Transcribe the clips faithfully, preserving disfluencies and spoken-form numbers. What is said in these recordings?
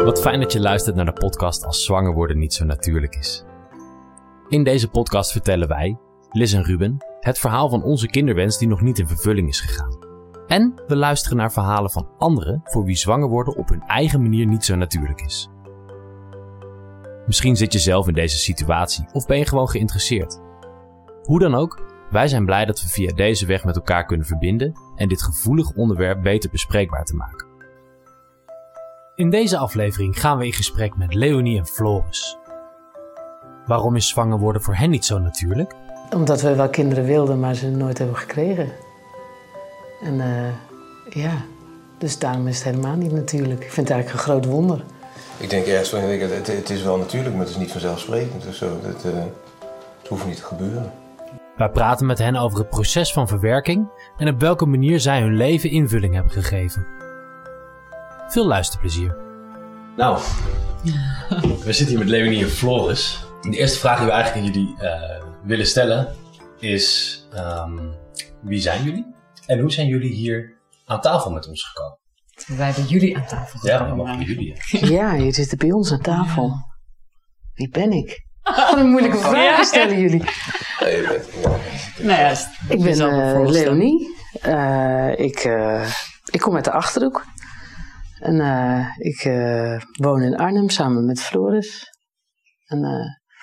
Wat fijn dat je luistert naar de podcast Als zwanger worden niet zo natuurlijk is. In deze podcast vertellen wij, Liz en Ruben, het verhaal van onze kinderwens die nog niet in vervulling is gegaan. En we luisteren naar verhalen van anderen voor wie zwanger worden op hun eigen manier niet zo natuurlijk is. Misschien zit je zelf in deze situatie of ben je gewoon geïnteresseerd. Hoe dan ook, wij zijn blij dat we via deze weg met elkaar kunnen verbinden en dit gevoelig onderwerp beter bespreekbaar te maken. In deze aflevering gaan we in gesprek met Leonie en Floris. Waarom is zwanger worden voor hen niet zo natuurlijk? Omdat we wel kinderen wilden, maar ze nooit hebben gekregen. En uh, ja, dus daarom is het helemaal niet natuurlijk. Ik vind het eigenlijk een groot wonder. Ik denk ergens van, het, het is wel natuurlijk, maar het is niet vanzelfsprekend of zo. Het, uh, het hoeft niet te gebeuren. Wij praten met hen over het proces van verwerking en op welke manier zij hun leven invulling hebben gegeven. Veel luisterplezier. Nou, we zitten hier met Leonie en Floris. De eerste vraag die we eigenlijk aan jullie uh, willen stellen is... Um, wie zijn jullie? En hoe zijn jullie hier aan tafel met ons gekomen? Wij hebben jullie aan tafel gekomen. Ja, we mogen jullie. Ja, je zit bij ons aan tafel. Wie ben ik? Wat een moeilijke vraag stellen jullie. Nee, je bent... Nou ja, ik ben uh, Leonie. Uh, ik, uh, ik kom uit de Achterhoek. En uh, ik uh, woon in Arnhem samen met Floris. En uh,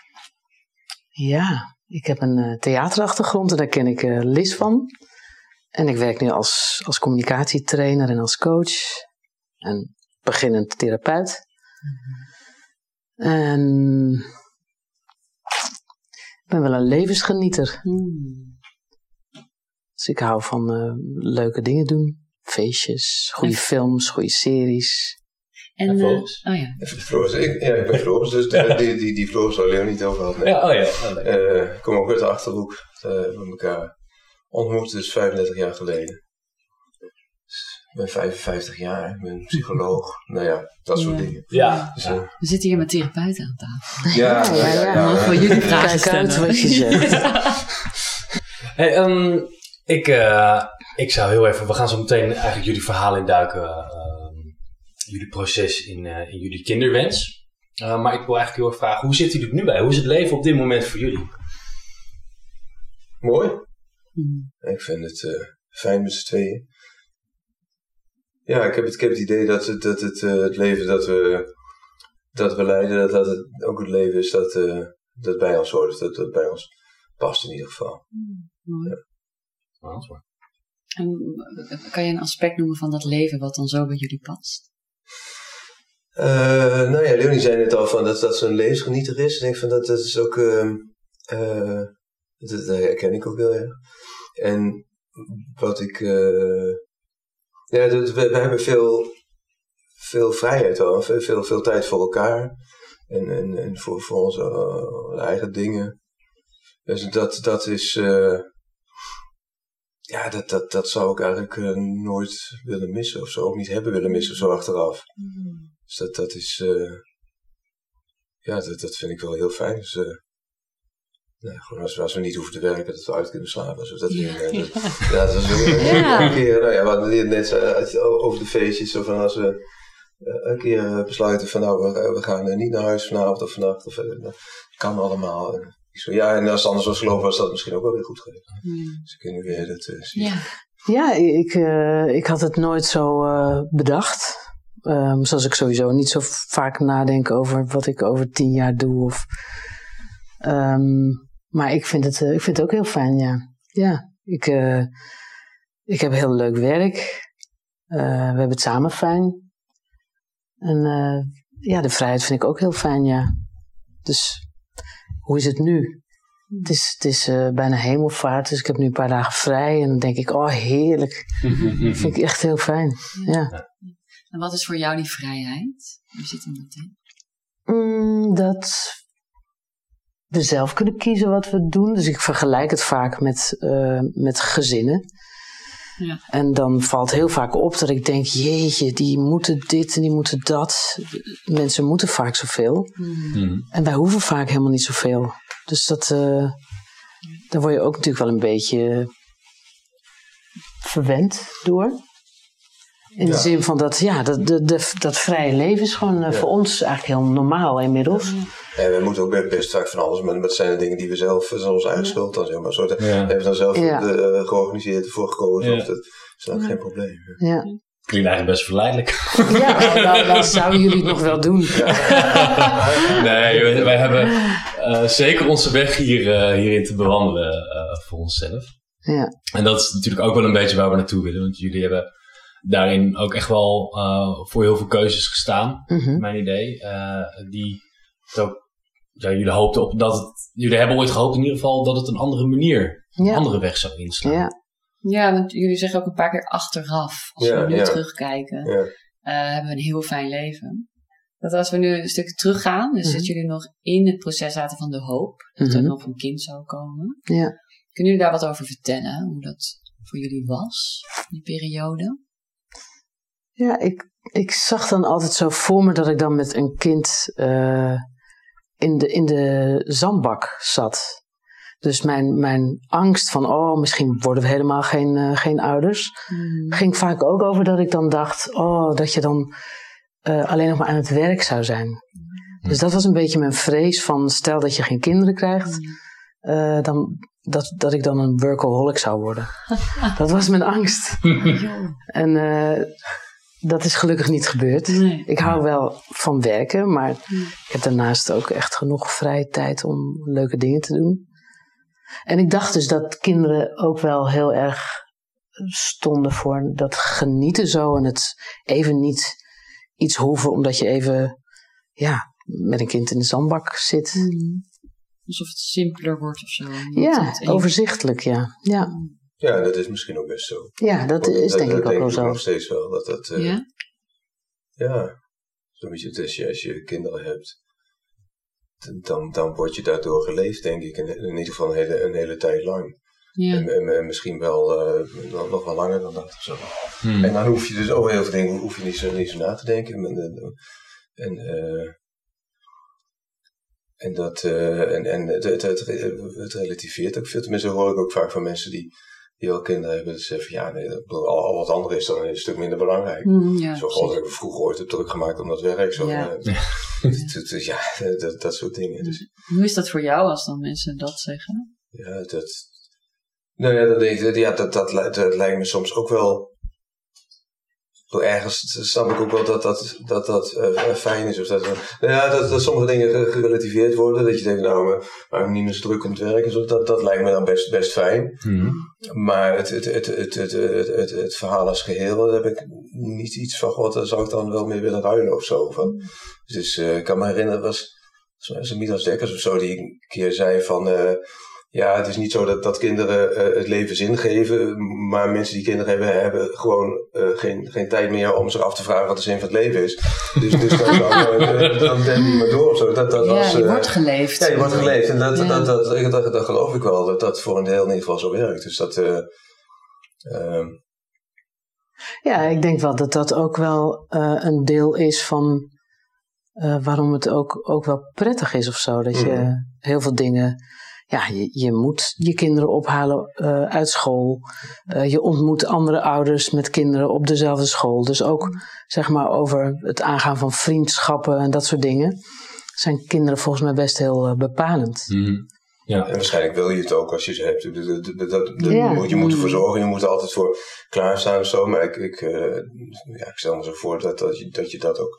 ja, ik heb een uh, theaterachtergrond en daar ken ik uh, Liz van. En ik werk nu als, als communicatietrainer en als coach. En beginnend therapeut. Mm-hmm. En ik ben wel een levensgenieter. Mm. Dus ik hou van uh, leuke dingen doen. Feestjes, goede en films, goede series. En, en Floris? Uh, oh ja. Floris, ik, ja, ik ben Floris, dus de, die, die, die Floris waar Leonie niet over had. Nee. Ja, oh ja. Oh, uh, ik kom ook uit de Achterhoek. Uh, we hebben elkaar ontmoet, dus vijfendertig jaar geleden. Ik ben vijfenvijftig jaar, ik ben psycholoog. Nou ja, dat soort ja. dingen. Ja. Dus, uh, we zitten hier met therapeuten aan tafel. Ja, ja, ja. ja, ja, ja. Voor jullie vragen stellen. Kijk uit wat je zegt. Hey, um, ik, uh, ik zou heel even... We gaan zo meteen eigenlijk jullie verhaal induiken. Uh, jullie proces in, uh, in jullie kinderwens. Uh, maar ik wil eigenlijk heel erg vragen, hoe zitten jullie er nu bij? Hoe is het leven op dit moment voor jullie? Mooi. Mm. Ik vind het uh, fijn met z'n tweeën. Ja, ik heb het, ik heb het idee dat het, dat het, uh, het leven dat we, dat we leiden, dat, dat het ook het leven is dat, uh, dat bij ons hoort. Dat dat bij ons past in ieder geval. Mm, mooi. Ja. Antwoord. En kan je een aspect noemen van dat leven wat dan zo bij jullie past? Uh, nou ja, Leonie zei net al van dat, dat ze een levensgenieter is. Ik denk van dat, dat is ook... Uh, uh, dat, dat herken ik ook heel erg. En wat ik... Uh, ja, dat, we, we hebben veel, veel vrijheid al. Veel, veel, veel tijd voor elkaar. En, en, en voor, voor onze uh, eigen dingen. Dus dat, dat is... Uh, Ja, dat, dat, dat zou ik eigenlijk uh, nooit willen missen of zo. Ook niet hebben willen missen, zo achteraf. Mm. Dus dat, dat is... Uh, ja, dat, dat vind ik wel heel fijn. Dus, uh, nee, gewoon als, als we niet hoeven te werken, dat we uit kunnen slapen. Zo, dat ja. Weer, uh, dat, ja, dat was een, ja. een keer... Nou ja, we hadden net uh, over de feestjes. Zo van als we uh, een keer uh, besluiten van... Nou, we, we gaan uh, niet naar huis vanavond of vannacht. Of, uh, kan allemaal... Uh, Zo, ja, en als het anders was gelopen, was dat misschien ook wel weer goed geweest. Mm. Dus ik kunnen weer dat uh, zien. Ja, ja ik, uh, ik had het nooit zo uh, bedacht. Um, zoals ik sowieso niet zo vaak nadenk over wat ik over tien jaar doe. Of, um, maar ik vind, het, uh, ik vind het ook heel fijn, ja. Ja, ik, uh, ik heb heel leuk werk. Uh, we hebben het samen fijn. En uh, ja, de vrijheid vind ik ook heel fijn, ja. Dus... Hoe is het nu? Het is, het is uh, bijna hemelvaart, dus ik heb nu een paar dagen vrij. En dan denk ik, oh heerlijk. Dat vind ik echt heel fijn. Ja. En wat is voor jou die vrijheid? Hoe zit hem dat in? Mm, dat we zelf kunnen kiezen wat we doen. Dus ik vergelijk het vaak met, uh, met gezinnen. Ja. En dan valt heel vaak op dat ik denk, jeetje, die moeten dit en die moeten dat. Mensen moeten vaak zoveel. Mm. En wij hoeven vaak helemaal niet zoveel. Dus dat, uh, daar word je ook natuurlijk wel een beetje verwend door. In Ja. de zin van dat, ja, dat, de, de, dat vrije leven is gewoon uh, Ja. voor ons eigenlijk heel normaal inmiddels. Ja. En we moeten ook best vaak van alles, maar dat zijn de dingen die we zelf, dat is onze eigen schuld dan, zeg maar. Zo, dat Ja. hebben we dan zelf Ja. de, uh, georganiseerd, ervoor gekozen. Ja. Of dat is dan ook Ja. geen probleem. Ja, Klinkt eigenlijk best verleidelijk. ja nou, nou, nou zouden jullie het nog wel doen. Nee, wij, wij hebben uh, zeker onze weg hier, uh, hierin te bewandelen uh, voor onszelf. Ja. En dat is natuurlijk ook wel een beetje waar we naartoe willen. Want jullie hebben daarin ook echt wel uh, voor heel veel keuzes gestaan, Mm-hmm. mijn idee. Uh, die het ook, ja, jullie hoopten op dat het, jullie hebben ooit gehoopt in ieder geval dat het een andere manier, een Ja. andere weg zou inslaan. Ja. Ja, want jullie zeggen ook een paar keer achteraf. Als Ja, we nu ja. terugkijken, Ja. uh, hebben we een heel fijn leven. Dat als we nu een stukje teruggaan, dus Mhm. dat jullie nog in het proces zaten van de hoop, dat er Mhm. nog een kind zou komen. Ja. Kunnen jullie daar wat over vertellen? Hoe dat voor jullie was, die periode? Ja, ik, ik zag dan altijd zo voor me dat ik dan met een kind uh, in, de, in de zandbak zat. Dus mijn, mijn angst van, oh, misschien worden we helemaal geen, uh, geen ouders, Mm. ging vaak ook over dat ik dan dacht, oh, dat je dan uh, alleen nog maar aan het werk zou zijn. Dus dat was een beetje mijn vrees van, stel dat je geen kinderen krijgt, uh, dan, dat, dat ik dan een workaholic zou worden. Dat was mijn angst. En uh, dat is gelukkig niet gebeurd. Nee. Ik hou wel van werken, maar Mm. ik heb daarnaast ook echt genoeg vrije tijd om leuke dingen te doen. En ik dacht dus dat kinderen ook wel heel erg stonden voor dat genieten zo en het even niet iets hoeven omdat je even ja, met een kind in de zandbak zit. Mm. Alsof het simpeler wordt of zo. Ja, het even- overzichtelijk, ja. Ja, Ja, dat is misschien ook best zo. ja dat is denk ik ook wel Dat zo. nog steeds wel. Dat dat, uh, Ja? ja, zo'n beetje het is, als je kinderen hebt, dan, dan word je daardoor geleefd, denk ik. In, in ieder geval een hele, een hele tijd lang. Ja. En, en, en misschien wel uh, nog, nog wel langer dan dat of zo. Hmm. En dan hoef je dus over heel veel dingen hoef je niet zo, niet zo na te denken. En, en, uh, en dat uh, en, en het, het, het, het relativeert ook veel. Tenminste, hoor ik ook vaak van mensen die, die al kinderen hebben. Dat ze zeggen van ja, nee, al, al wat andere is dan een stuk minder belangrijk. Mm, ja, Zo gewoon dat ik vroeger ooit heb druk gemaakt om dat werk. Zo, Ja. uh, het, het, het, ja, dat, dat soort dingen. Dus, Hoe is dat voor jou als dan mensen dat zeggen? ja, dat. Nou ja, dat, denk ik, ja dat, dat, dat, dat lijkt me soms ook wel. Ergens snap ik ook wel dat dat, dat, dat uh, fijn is. Of dat, uh, nou ja, dat, dat sommige dingen gerelativeerd worden. Dat je denkt, nou, maar, maar niet meer zo druk kunt werken. Zo, dat, dat lijkt me dan best, best fijn. Hmm. Maar het, het, het, het, het, het, het, het verhaal als geheel, daar heb ik niet iets van, god, daar zou ik dan wel mee willen ruilen of zo. Van. Dus uh, ik kan me herinneren, was, was een Midas Dekkers of zo, die een keer zei van, uh, ja, het is niet zo dat, dat kinderen uh, het leven zin geven, maar mensen die kinderen hebben, hebben gewoon uh, geen, geen tijd meer om zich af te vragen wat de zin van het leven is. Dus, dus dan, dan, uh, dan denk je maar door of zo. Dat, dat Ja, was, je uh, wordt geleefd. Ja, je wordt geleefd. En dat, Ja. dat, dat, dat, dat, dat geloof ik wel, dat dat voor een deel in ieder geval zo werkt. Dus dat... Uh, uh, Ja, ik denk wel dat dat ook wel uh, een deel is van uh, waarom het ook, ook wel prettig is of zo. Dat je Mm. heel veel dingen, ja, je, je moet je kinderen ophalen uh, uit school. Uh, je ontmoet andere ouders met kinderen op dezelfde school. Dus ook, zeg maar, over het aangaan van vriendschappen en dat soort dingen zijn kinderen volgens mij best heel uh, bepalend. Hmm. Ja. En waarschijnlijk wil je het ook als je ze hebt. Dat, dat, dat, dat, dat Ja. moet, je moet ervoor zorgen, je moet er altijd voor klaarstaan of zo. Maar ik, ik, uh, ja, ik stel me zo voor dat, dat, je, dat je dat ook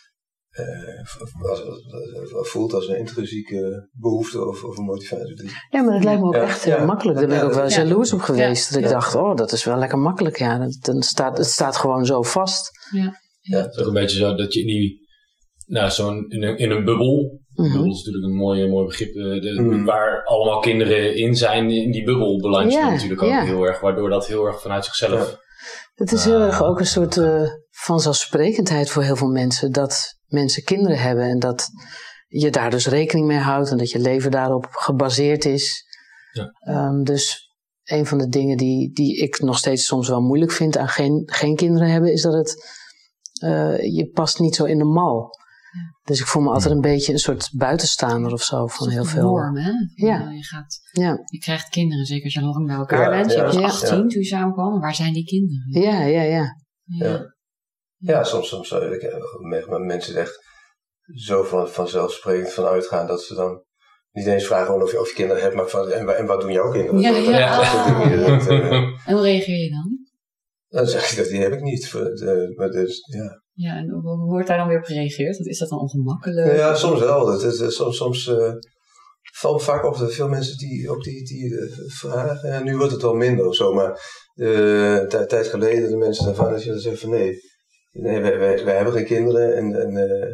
uh, als, als, voelt als een intrinsieke behoefte of, of een motivatie. Ja, maar dat lijkt me ook Ja, echt heel ja. makkelijk. Daar ben ik Ja, ook wel ja. jaloers op geweest. Dat ik Ja. dacht, oh, dat is wel lekker makkelijk. Ja, dat, dan staat, het staat gewoon zo vast. Ja. Ja, Het is ook een beetje zo dat je in die, nou, zo'n, in een, in een bubbel, Mhm. bubbel is natuurlijk een mooi, mooi begrip, uh, de, Mm. waar allemaal kinderen in zijn, in die bubbel beland je Ja, natuurlijk ook ja. heel erg, waardoor dat heel erg vanuit zichzelf... Ja. Het is heel Ah. erg ook een soort uh, vanzelfsprekendheid voor heel veel mensen dat mensen kinderen hebben en dat je daar dus rekening mee houdt en dat je leven daarop gebaseerd is. Ja. Um, dus een van de dingen die, die ik nog steeds soms wel moeilijk vind aan geen, geen kinderen hebben, is dat het uh, je past niet zo in de mal. Dus ik voel me altijd een beetje een soort buitenstaander of zo van heel veel. Norm, hè? Ja. Je, gaat, Ja, je krijgt kinderen, zeker als je lang bij elkaar Ja, bent. Je ja, was ja. achttien toen je samenkwam. Waar zijn die kinderen? ja, ja, ja. Ja. Ja. Ja, soms, soms uh, ik, uh, mensen echt zo van, vanzelfsprekend van uitgaan dat ze dan niet eens vragen of je, of je kinderen hebt, maar van, en, en wat doen jouw kinderen? Ja, ja. ja. Oh. Dat, uh, en hoe reageer je dan? Dan zeg ik dat die heb ik niet. De, maar dus, ja. Ja, en hoe wordt daar dan weer op gereageerd? Is dat dan ongemakkelijk? Ja, soms wel. Het is, soms soms uh, valt vaak op dat veel mensen die ook die, die uh, vragen. En nu wordt het wel minder of zo, maar uh, een tijd, tijd geleden de mensen daarvan dat je dan zegt van nee, nee wij, wij, wij hebben geen kinderen. En, en uh,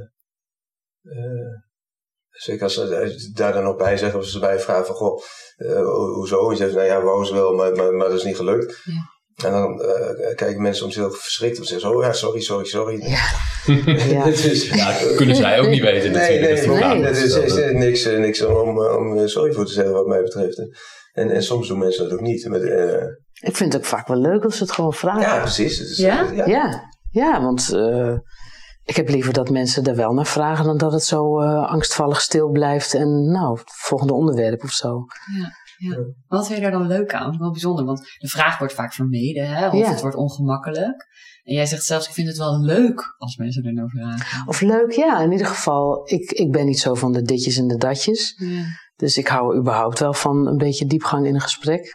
uh, zeker als ze daar dan nog bij zeggen of ze erbij vragen van goh, uh, hoezo? En je zegt nou ja, wou ze wel, maar, maar, maar dat is niet gelukt. Ja. En dan uh, kijken mensen soms heel verschrikt en zeggen oh ja, sorry, sorry, sorry. Ja. ja. is, ja, dat kunnen zij ook niet weten nee, natuurlijk. Nee, nee, nee. dat is, is, is niks, niks om, om sorry voor te zeggen wat mij betreft. En, en soms doen mensen dat ook niet. Met, uh, ik vind het ook vaak wel leuk als ze het gewoon vragen. Ja, precies. Dus, ja? Ja? ja, ja, want uh, ik heb liever dat mensen er wel naar vragen dan dat het zo uh, angstvallig stil blijft en nou, het volgende onderwerp of zo. Ja. Ja. Wat vind je daar dan leuk aan? Wel bijzonder, want de vraag wordt vaak vermeden, hè? Of ja. het wordt ongemakkelijk. En jij zegt zelfs, ik vind het wel leuk als mensen er naar vragen. Of leuk, ja. In ieder geval, ik, ik ben niet zo van de ditjes en de datjes. Ja. Dus ik hou überhaupt wel van een beetje diepgang in een gesprek.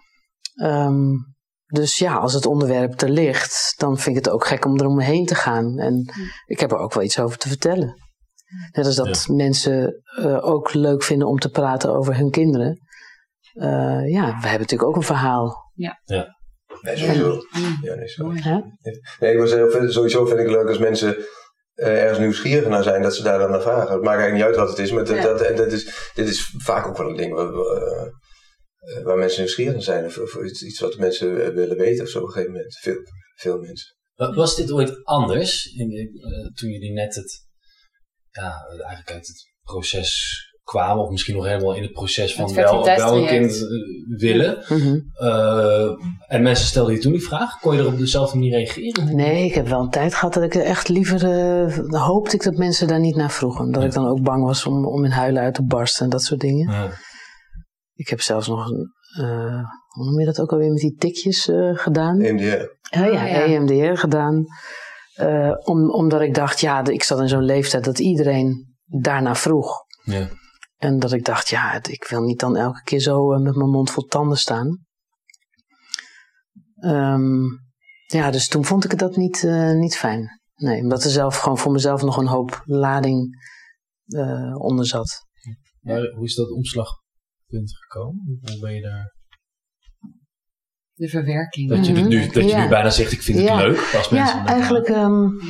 Um, dus ja, als het onderwerp er ligt, dan vind ik het ook gek om eromheen te gaan. En ja. ik heb er ook wel iets over te vertellen. Net als dat ja. mensen uh, ook leuk vinden om te praten over hun kinderen. Uh, ja, we hebben natuurlijk ook een verhaal. Ja. ja. Nee, sowieso. Ja, ja nee, zo. Ja? Nee, ik wil zeggen, sowieso vind ik het leuk als mensen uh, ergens nieuwsgierig naar zijn, dat ze daar dan naar vragen. Het maakt eigenlijk niet uit wat het is, maar dat, ja. dat, dat is, dit is vaak ook wel een ding waar, uh, waar mensen nieuwsgierig naar zijn. Of, of iets, iets wat mensen willen weten of zo op een gegeven moment. Veel, veel mensen. Was dit ooit anders, in de, uh, toen jullie net het, ja, eigenlijk uit het proces kwamen, of misschien nog helemaal in het proces van het wel, wel een kind uh, willen. Mm-hmm. Uh, en mensen stelden je toen die vraag. Kon je er op dezelfde manier reageren? Nee, ik heb wel een tijd gehad dat ik echt liever uh, hoopte ik dat mensen daar niet naar vroegen. Omdat ja. ik dan ook bang was om, om in huilen uit te barsten en dat soort dingen. Ja. Ik heb zelfs nog een, uh, hoe noem je dat ook alweer met die tikjes uh, gedaan? E M D R. Oh ja, E M D R gedaan. Uh, om, omdat ik dacht, ja, ik zat in zo'n leeftijd dat iedereen daarna vroeg. Ja. En dat ik dacht, ja, ik wil niet dan elke keer zo uh, met mijn mond vol tanden staan. Um, ja, dus toen vond ik dat niet, uh, niet fijn. Nee, omdat er zelf gewoon voor mezelf nog een hoop lading uh, onder zat. Maar hoe is dat omslagpunt gekomen? Hoe ben je daar? De verwerking. Dat je, mm-hmm. nu, dat je ja. nu bijna zegt, ik vind het ja. leuk als mensen. Ja, eigenlijk... Um,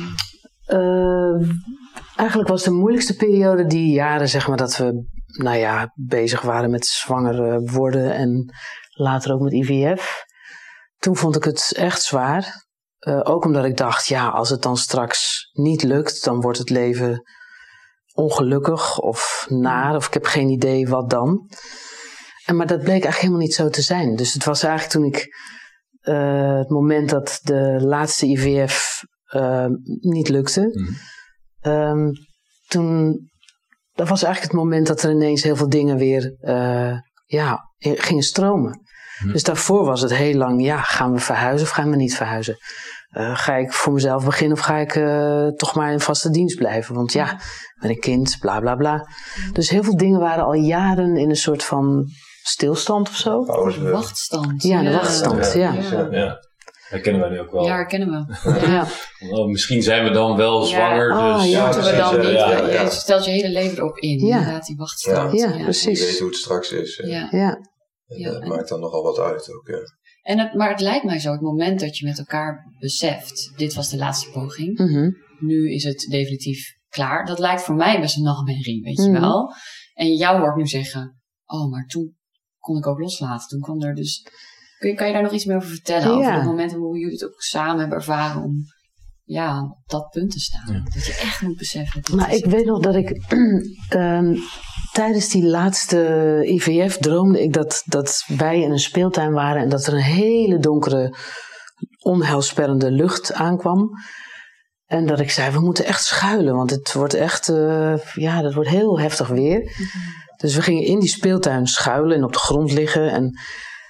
uh, Eigenlijk was de moeilijkste periode die jaren, zeg maar, dat we, nou ja, bezig waren met zwanger worden en later ook met I V F. Toen vond ik het echt zwaar. Uh, ook omdat ik dacht, ja, als het dan straks niet lukt, dan wordt het leven ongelukkig of naar, of ik heb geen idee wat dan. En, maar dat bleek eigenlijk helemaal niet zo te zijn. Dus het was eigenlijk toen ik, uh, het moment dat de laatste I V F uh, niet lukte... Mm. Um, toen, dat was eigenlijk het moment dat er ineens heel veel dingen weer uh, ja, gingen stromen. Hm. Dus daarvoor was het heel lang, ja, gaan we verhuizen of gaan we niet verhuizen? Uh, ga ik voor mezelf beginnen of ga ik uh, toch maar in vaste dienst blijven? Want ja, met een kind, bla bla bla. Dus heel veel dingen waren al jaren in een soort van stilstand of zo. De wachtstand. Ja, de wachtstand, ja. ja. ja. ja. Dat kennen wij nu ook wel. Ja, herkennen we. Ja. Oh, misschien zijn we dan wel zwanger. Ja. Dus oh, ja, moeten we dan niet. Ja, ja, ja. Je stelt je hele leven erop in. Ja. Inderdaad, die wachtstand. Ja, ja, ja. precies. Je weet hoe het straks is. Ja. Ja. En dat ja. maakt dan nogal wat uit ook. Ja. En het, maar het lijkt mij zo, het moment dat je met elkaar beseft, dit was de laatste poging. Mm-hmm. Nu is het definitief klaar. Dat lijkt voor mij best een nachtmerrie, weet mm-hmm. je wel. En jou hoort nu zeggen, oh, maar toen kon ik ook loslaten. Toen kwam er dus... Kun je, kan je daar nog iets meer over vertellen? Ja. Over het moment hoe jullie het ook samen hebben ervaren om ja, op dat punt te staan. Ja. Dat je echt moet beseffen. Nou, ik weet nog dat ik uh, tijdens die laatste I V F droomde ik dat, dat wij in een speeltuin waren en dat er een hele donkere, onheilspellende lucht aankwam. En dat ik zei, we moeten echt schuilen, want het wordt echt, uh, ja, dat wordt heel heftig weer. Mm-hmm. Dus we gingen in die speeltuin schuilen en op de grond liggen en...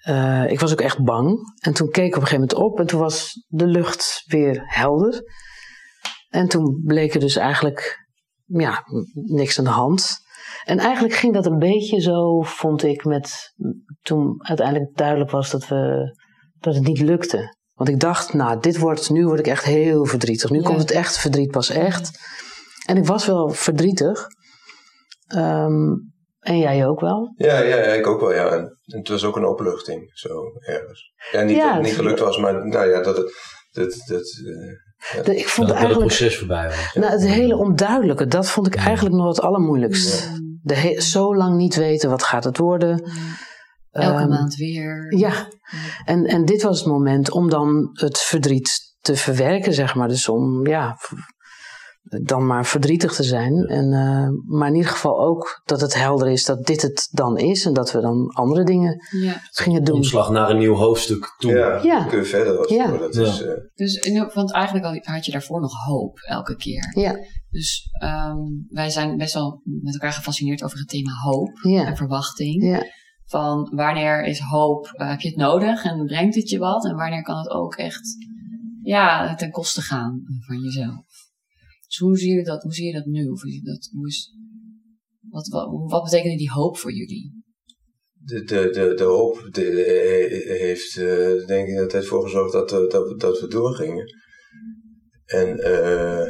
uh, ik was ook echt bang. En toen keek ik op een gegeven moment op en toen was de lucht weer helder. En toen bleek er dus eigenlijk ja, niks aan de hand. En eigenlijk ging dat een beetje zo, vond ik, met toen uiteindelijk duidelijk was dat, we, dat het niet lukte. Want ik dacht, nou, dit wordt, nu word ik echt heel verdrietig. Nu ja. komt het echt verdriet pas echt. En ik was wel verdrietig. Um, en jij ook wel? Ja, ja, ja, ik ook wel, ja. En het was ook een opluchting, zo ergens. Ja, niet ja, dat het niet gelukt was, maar nou ja, dat het... Dat, dat, uh, ja. de, ik vond dat eigenlijk, het proces voorbij was. Nou, het hele onduidelijke, dat vond ik eigenlijk nog het allermoeilijkst. Ja. De he- zo lang niet weten, wat gaat het worden. Ja. Elke um, maand weer. Ja, ja. En, en dit was het moment om dan het verdriet te verwerken, zeg maar. Dus om, ja... dan maar verdrietig te zijn. En, uh, maar in ieder geval ook dat het helder is dat dit het dan is. En dat we dan andere dingen ja. gingen doen. Omslag naar een nieuw hoofdstuk toe. Ja, ja. kun je verder. Wat ja. dat is, ja. uh... Dus, want eigenlijk had je daarvoor nog hoop elke keer. Ja. Dus um, wij zijn best wel met elkaar gefascineerd over het thema hoop ja. en verwachting. Ja. Van wanneer is hoop, uh, heb je het nodig en brengt het je wat? En wanneer kan het ook echt ja, ten koste gaan van jezelf? Dus hoe zie je dat, hoe zie je dat nu? Hoe zie je dat, hoe is, wat, wat, wat betekent die hoop voor jullie? De, de, de, de hoop de, de, heeft, uh, denk ik, er voor gezorgd dat, uh, dat, dat we doorgingen. En uh,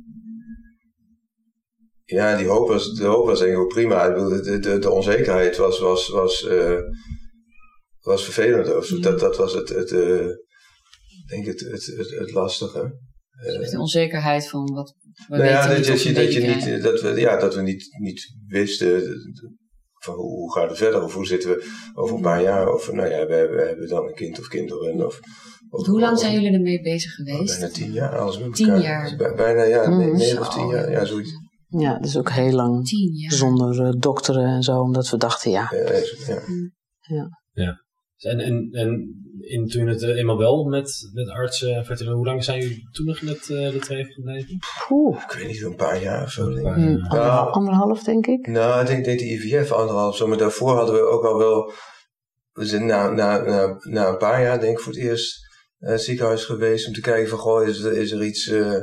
ja, die hoop was, de hoop was denk ik ook prima. De, de, de onzekerheid was, was, was, uh, was vervelend. Of, ja. dat, dat was het, het, uh, denk het, het, het, het lastige. Dus de onzekerheid van wat we nou ja, weten dat, niet je, dat, je niet, dat we, ja, dat we niet, niet wisten van hoe, hoe gaat het verder of hoe zitten we over een paar jaar of nou ja, we hebben, we hebben dan een kind of kinderen. Of, of, hoe lang of, zijn jullie ermee bezig geweest? Bijna tien jaar. Alles met tien elkaar. jaar? Dus bijna ja, mm. negen of tien jaar, ja, zoiets. Ja, dus ook heel lang zonder uh, dokteren en zo, omdat we dachten ja. Ja, ja. ja. ja. En, en, en in, toen het uh, eenmaal wel met, met artsen vertellen, hoe lang zijn jullie toen nog in het uh, de twee gebleven? Oeh. Ik weet niet, een paar jaar of zo. Denk ik. Mm, anderhalf, nou, anderhalf, denk ik. Nou, ik denk, denk de I V F anderhalf zo, maar daarvoor hadden we ook al wel, we zijn na, na, na, na een paar jaar denk ik voor het eerst naar het ziekenhuis geweest om te kijken van, goh, is er, is er iets, uh,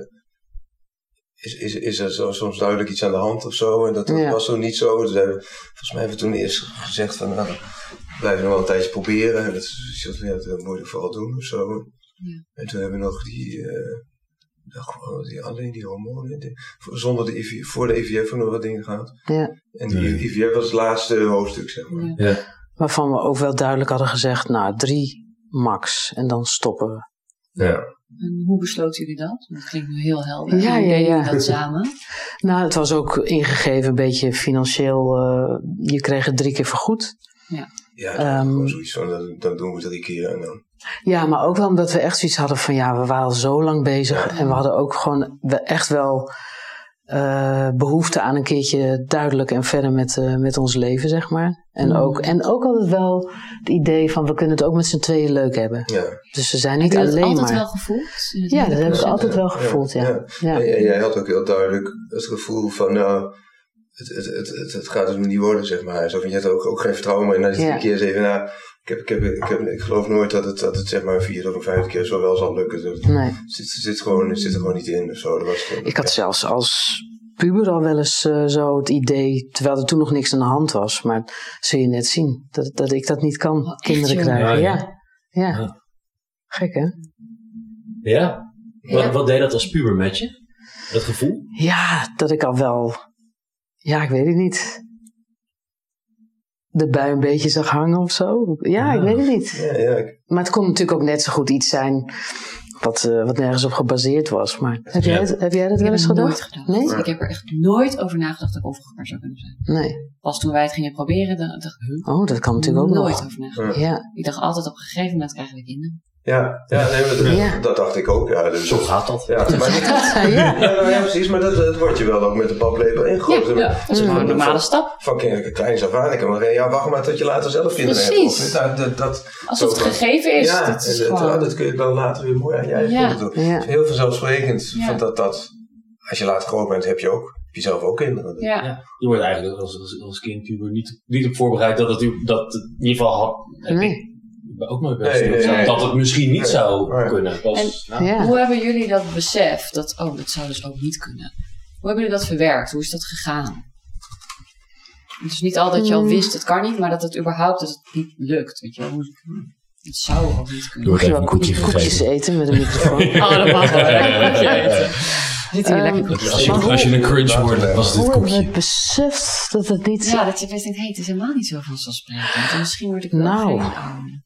is, is, is er zo, soms duidelijk iets aan de hand of zo? En dat, dat ja. was zo niet zo. Dus hebben, volgens mij hebben we toen eerst gezegd van, nou, blijven nog wel een tijdje proberen. Dat, is, ja, dat moet je vooral doen of zo. Ja. En toen hebben we nog die, uh, gewoon die alleen die hormonen. Die, zonder de I V F, voor de I V F nog wat dingen gehad. Ja. En die ja. I V F was het laatste hoofdstuk, zeg maar. Ja. Ja. Waarvan we ook wel duidelijk hadden gezegd, nou, drie max. En dan stoppen we. Ja. En hoe besloten jullie dat? Dat klinkt nu heel helder. Ja, hoe ja, deden ja. jullie dat samen? Nou, het was ook ingegeven een beetje financieel. Uh, je kreeg het drie keer vergoed. Ja. Ja, um, gewoon zoiets van, dan, dan doen we drie keer en dan... Ja, maar ook wel omdat we echt zoiets hadden van, ja, we waren al zo lang bezig. Ja. En we hadden ook gewoon echt wel uh, behoefte aan een keertje duidelijk en verder met, uh, met ons leven, zeg maar. En, mm. ook, en ook altijd wel het idee van, we kunnen het ook met z'n tweeën leuk hebben. Ja. Dus we zijn niet heb je alleen dat altijd maar... wel gevoeld? Ja, dat heb ik altijd wel gevoeld, ja. ja. ja. ja. En jij had ook heel duidelijk het gevoel van, nou... Het, het, het, het, het gaat het niet worden, zeg maar. Zo van, je had ook, ook geen vertrouwen meer. En dan is het ja. een keer eens even, nou, ik, heb, ik, heb, ik, heb, ik geloof nooit dat het, dat het zeg maar een vierde of een vijfde keer zo wel zal lukken. Het nee. zit, zit, gewoon, zit er gewoon niet in of zo. Dat was het, ik had ja. zelfs als puber al wel eens uh, zo het idee, terwijl er toen nog niks aan de hand was, maar zul je net zien, dat, dat ik dat niet kan, oh, kinderen echt, krijgen. Ja, ja. Ja. ja. Gek, hè? Ja? ja. Wat, wat deed dat als puber met je? Dat gevoel? Ja, dat ik al wel... Ja, ik weet het niet. De bui een beetje zag hangen of zo. Ja, ja. ik weet het niet. Ja, ja. Maar het kon natuurlijk ook net zo goed iets zijn wat, uh, wat nergens op gebaseerd was. Maar heb jij, het, heb jij dat ik wel eens gedacht? gedacht? Nee? Ik heb er echt nooit over nagedacht dat ik onvruchtbaar zou kunnen zijn. Nee. Pas toen wij het gingen proberen, dacht ik... Huh? Oh, dat kan natuurlijk ook nooit nog. Nooit over nagedacht. Ja. Ik dacht altijd, op een gegeven moment krijgen we kinderen. Ja, ja, nee, maar dat, ja. dat dacht ik ook. Ja, dus zo gaat dat. Ja, maar niet, ja. Ja, ja, precies, maar dat, dat wordt je wel ook met de paplepel ingegoten. Ja, ja, dat is gewoon een normale van, stap. Van kleins af aan, ik kan maar ja, wacht maar tot je later zelf kinderen hebt. Precies. Dat, dat, dat, Als het gegeven is. Ja, dat, is dat, gewoon... dat kun je dan later weer mooi aan je eigen ja. doen. Ja. Het is heel vanzelfsprekend. Ja. Van dat, dat, als je later groot bent, heb je ook heb je zelf ook kinderen. Ja. Ja. Je wordt eigenlijk als, als, als kind niet, niet op voorbereid dat het, dat het in ieder geval... Nee. ook nooit bij Nee, nee, stilstaan. nee. Dat het misschien niet Nee. zou Nee. kunnen. Pas, En- Ja. Hoe hebben jullie dat besef, dat, oh, dat zou dus ook niet kunnen. Hoe hebben jullie dat verwerkt? Hoe is dat gegaan? Het is niet al dat je al Hmm. wist, het kan niet, maar dat het überhaupt dat het niet lukt. Weet je wel? Hoe, het zou ook niet kunnen. Door Mag je even wel een koekje koekjes, koekjes gegeven. eten met een microfoon? Oh, dat mag wel. Koekje eten. Zit hier Ehm, lekker Als koekjes je, eten. als je een crunch wordt, dan was het Hoe dit hebben we het koekje. beseft dat het niet... Ja, dat je best denkt, hé, hey, het is helemaal niet zo vanzelfsprekend. En misschien word ik wel Nou. geen oude.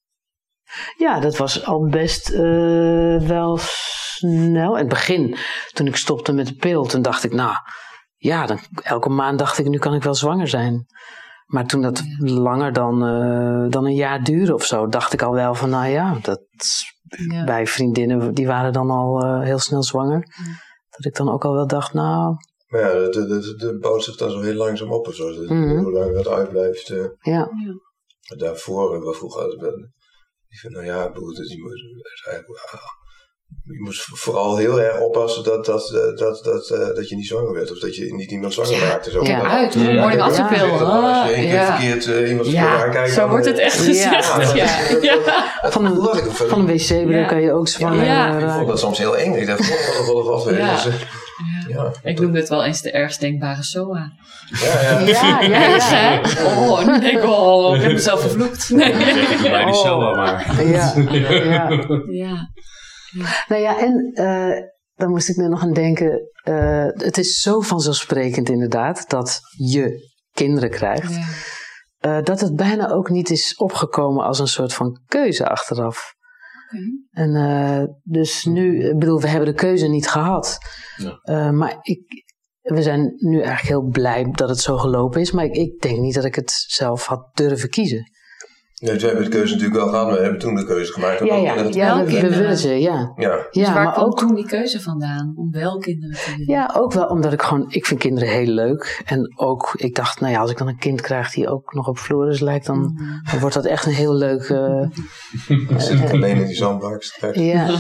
Ja, dat was al best eh, wel snel. In het begin, toen ik stopte met de pil, toen dacht ik, nou, ja, dan, elke maand dacht ik, nu kan ik wel zwanger zijn. Maar toen dat langer dan, eh, dan een jaar duurde of zo, dacht ik al wel van, nou ja, dat Ja. bij vriendinnen, die waren dan al eh, heel snel zwanger. Dat ik dan ook al wel dacht, nou, Maar ja, dat, dat, dat, dat bouwt zich dan zo heel langzaam op of zo. Dat, Mhm. Hoe lang dat uitblijft. eh. ja. Daarvoor hebben we vroeger altijd wel... Ik vind, nou ja, ik bedoel, dat je moet, eigenlijk, ah, je moet vooral heel erg oppassen dat, dat, dat, dat, dat, uh, dat je niet zwanger werd. Of dat je niet iemand zwanger maakt. Dus ook Kijk dat- uit, Ja, morning ik after heb pill. gezegd dat als je één keer Ah, ja. verkeerd uh, iemand verkeerd Ja, aankijkt... zo dan, wordt het uh, echt gezegd. Ja. Ja. dat- Ja. dat- Van een, dat had ik van- van een wc-breuk Ja. kan je ook zwanger Ja. eh, Ik vond raken. dat soms heel eng. Ik dacht, oh, wat wat wat Ja. Dus, uh, ja. Ik noem dit wel eens de ergst denkbare S O A. Ja, ja. Ja, ja, Erg, ja. hè? Oh, nu denk ik, oh, ik heb mezelf vervloekt. Nee. Bij die Oh. S O A maar. Ja, ja. Ja. Nou ja, en uh, daar moest ik me nog aan denken. Uh, het is zo vanzelfsprekend inderdaad dat je kinderen krijgt. Ja. Uh, dat het bijna ook niet is opgekomen als een soort van keuze achteraf. Okay. En uh, dus nu, ik bedoel, we hebben de keuze niet gehad. Ja. Uh, maar ik, we zijn nu eigenlijk heel blij dat het zo gelopen is. Maar ik, ik denk niet dat ik het zelf had durven kiezen. Nee, we hebben de keuze natuurlijk wel gehad, maar we hebben toen de keuze gemaakt. Ja, ja, dat ja, wel we, we kinderen. willen ze, ja. ja. Dus ja waar maar kwam ook, toen die keuze vandaan? Om wel kinderen te willen? ja, ook wel omdat ik gewoon, ik vind kinderen heel leuk. En ook, ik dacht, nou ja, als ik dan een kind krijg die ook nog op Floris lijkt, dan, Mm. dan wordt dat echt een heel leuk... Uh, Dan zit ik alleen in die zandbak straks. ja,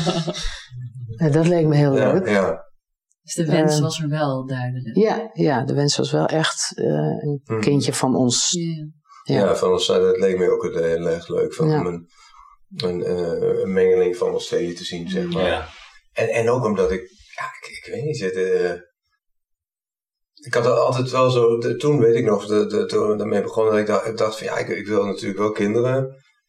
ja, dat leek me heel Ja, leuk. ja. Dus de wens Uh, was er wel duidelijk. Ja, ja, de wens was wel echt uh, een Mhm. kindje van ons. Ja. Ja, Ja. van ons, dat leek me ook heel erg leuk. Van Ja. om een, een, uh, een mengeling van ons tweeën te zien, zeg maar. Ja. En, en ook omdat ik, ja, ik, ik weet niet, het, uh, ik had altijd wel zo, de, toen weet ik nog, de, de, toen we daarmee begonnen, dat ik dacht, ik dacht van ja, ik, ik wil natuurlijk wel kinderen.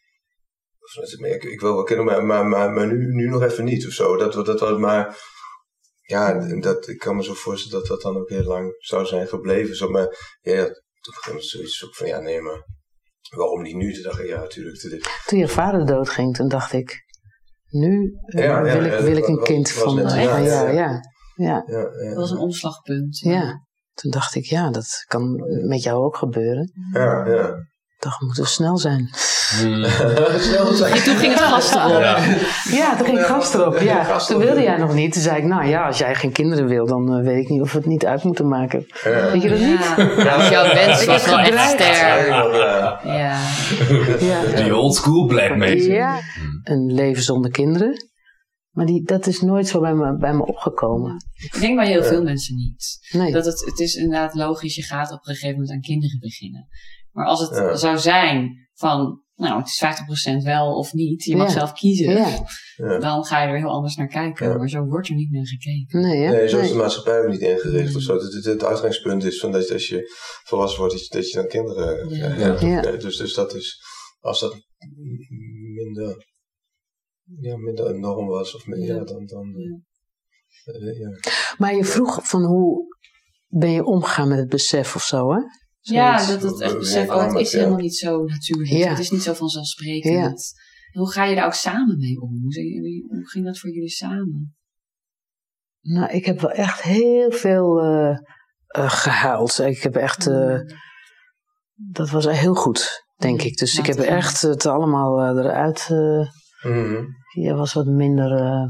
Of, ik, ik wil wel kinderen, maar, maar, maar, maar nu, nu nog even niet of zo. Dat, dat was maar, ja, dat, ik kan me zo voorstellen dat dat dan ook heel lang zou zijn gebleven. Zo, maar ja, toen begon het zoiets ook van ja, nee, maar waarom niet nu? Toen dacht ik, ja, natuurlijk. Dit. Toen je vader doodging, toen dacht ik, nu uh, Ja, ja, wil ik, ja, wil ik dat een was- kind was van, net- uh, ja, van ja, jou. ja. Ja, ja, Ja, ja, Dat was een omslagpunt. ja. Toen dacht ik, ja, dat kan met jou ook gebeuren. ja, ja. Ik dacht, we moeten snel zijn. Hmm. Snel zijn. En toen ging het gas erop. Ja. Ja, toen ging Ja, gas erop. ja, Ja, gas toen erop. wilde jij nog niet. Toen zei ik, nou ja, als jij geen kinderen wil, dan uh, weet ik niet of we het niet uit moeten maken. Ja. Weet je dat niet? Ja, nou, jouw wens was wel echt gedreigd. sterk. Ja. Ja. Ja. Die old school blackmail. Ja, een leven zonder kinderen. Maar die, dat is nooit zo bij me, bij me opgekomen. Ik denk bij heel veel mensen niet. Nee. Dat het, het is inderdaad logisch, je gaat op een gegeven moment aan kinderen beginnen. Maar als het Ja. zou zijn van, nou, het is vijftig procent wel of niet, je mag Ja. zelf kiezen, Ja. Ja. dan ga je er heel anders naar kijken. Ja. Maar zo wordt er niet naar gekeken. Nee, hè? Nee, zo is Nee. de maatschappij ook niet ingericht of zo. Het, het, het uitgangspunt is van dat je, als je volwassen wordt, dat je, dat je dan kinderen Ja. eh, hebt. Ja. Ja, Dus, dus dat is, als dat minder, ja, minder een norm was, of minder, Ja. ja, dan, dan Ja. uh, ja. Maar je vroeg van hoe ben je omgegaan met het besef of zo, hè? Ja, Zoiets. dat het echt Ja, besef, oh, het is ja. helemaal niet zo natuurlijk. Ja. Het is niet zo vanzelfsprekend. Ja. En hoe ga je daar ook samen mee om? Hoe, zijn jullie, hoe ging dat voor jullie samen? Nou, ik heb wel echt heel veel uh, uh, gehuild. Ik heb echt... Uh, dat was heel goed, denk ik. Dus ik heb echt het allemaal uh, eruit... Uh, Mm-hmm. je was wat minder uh,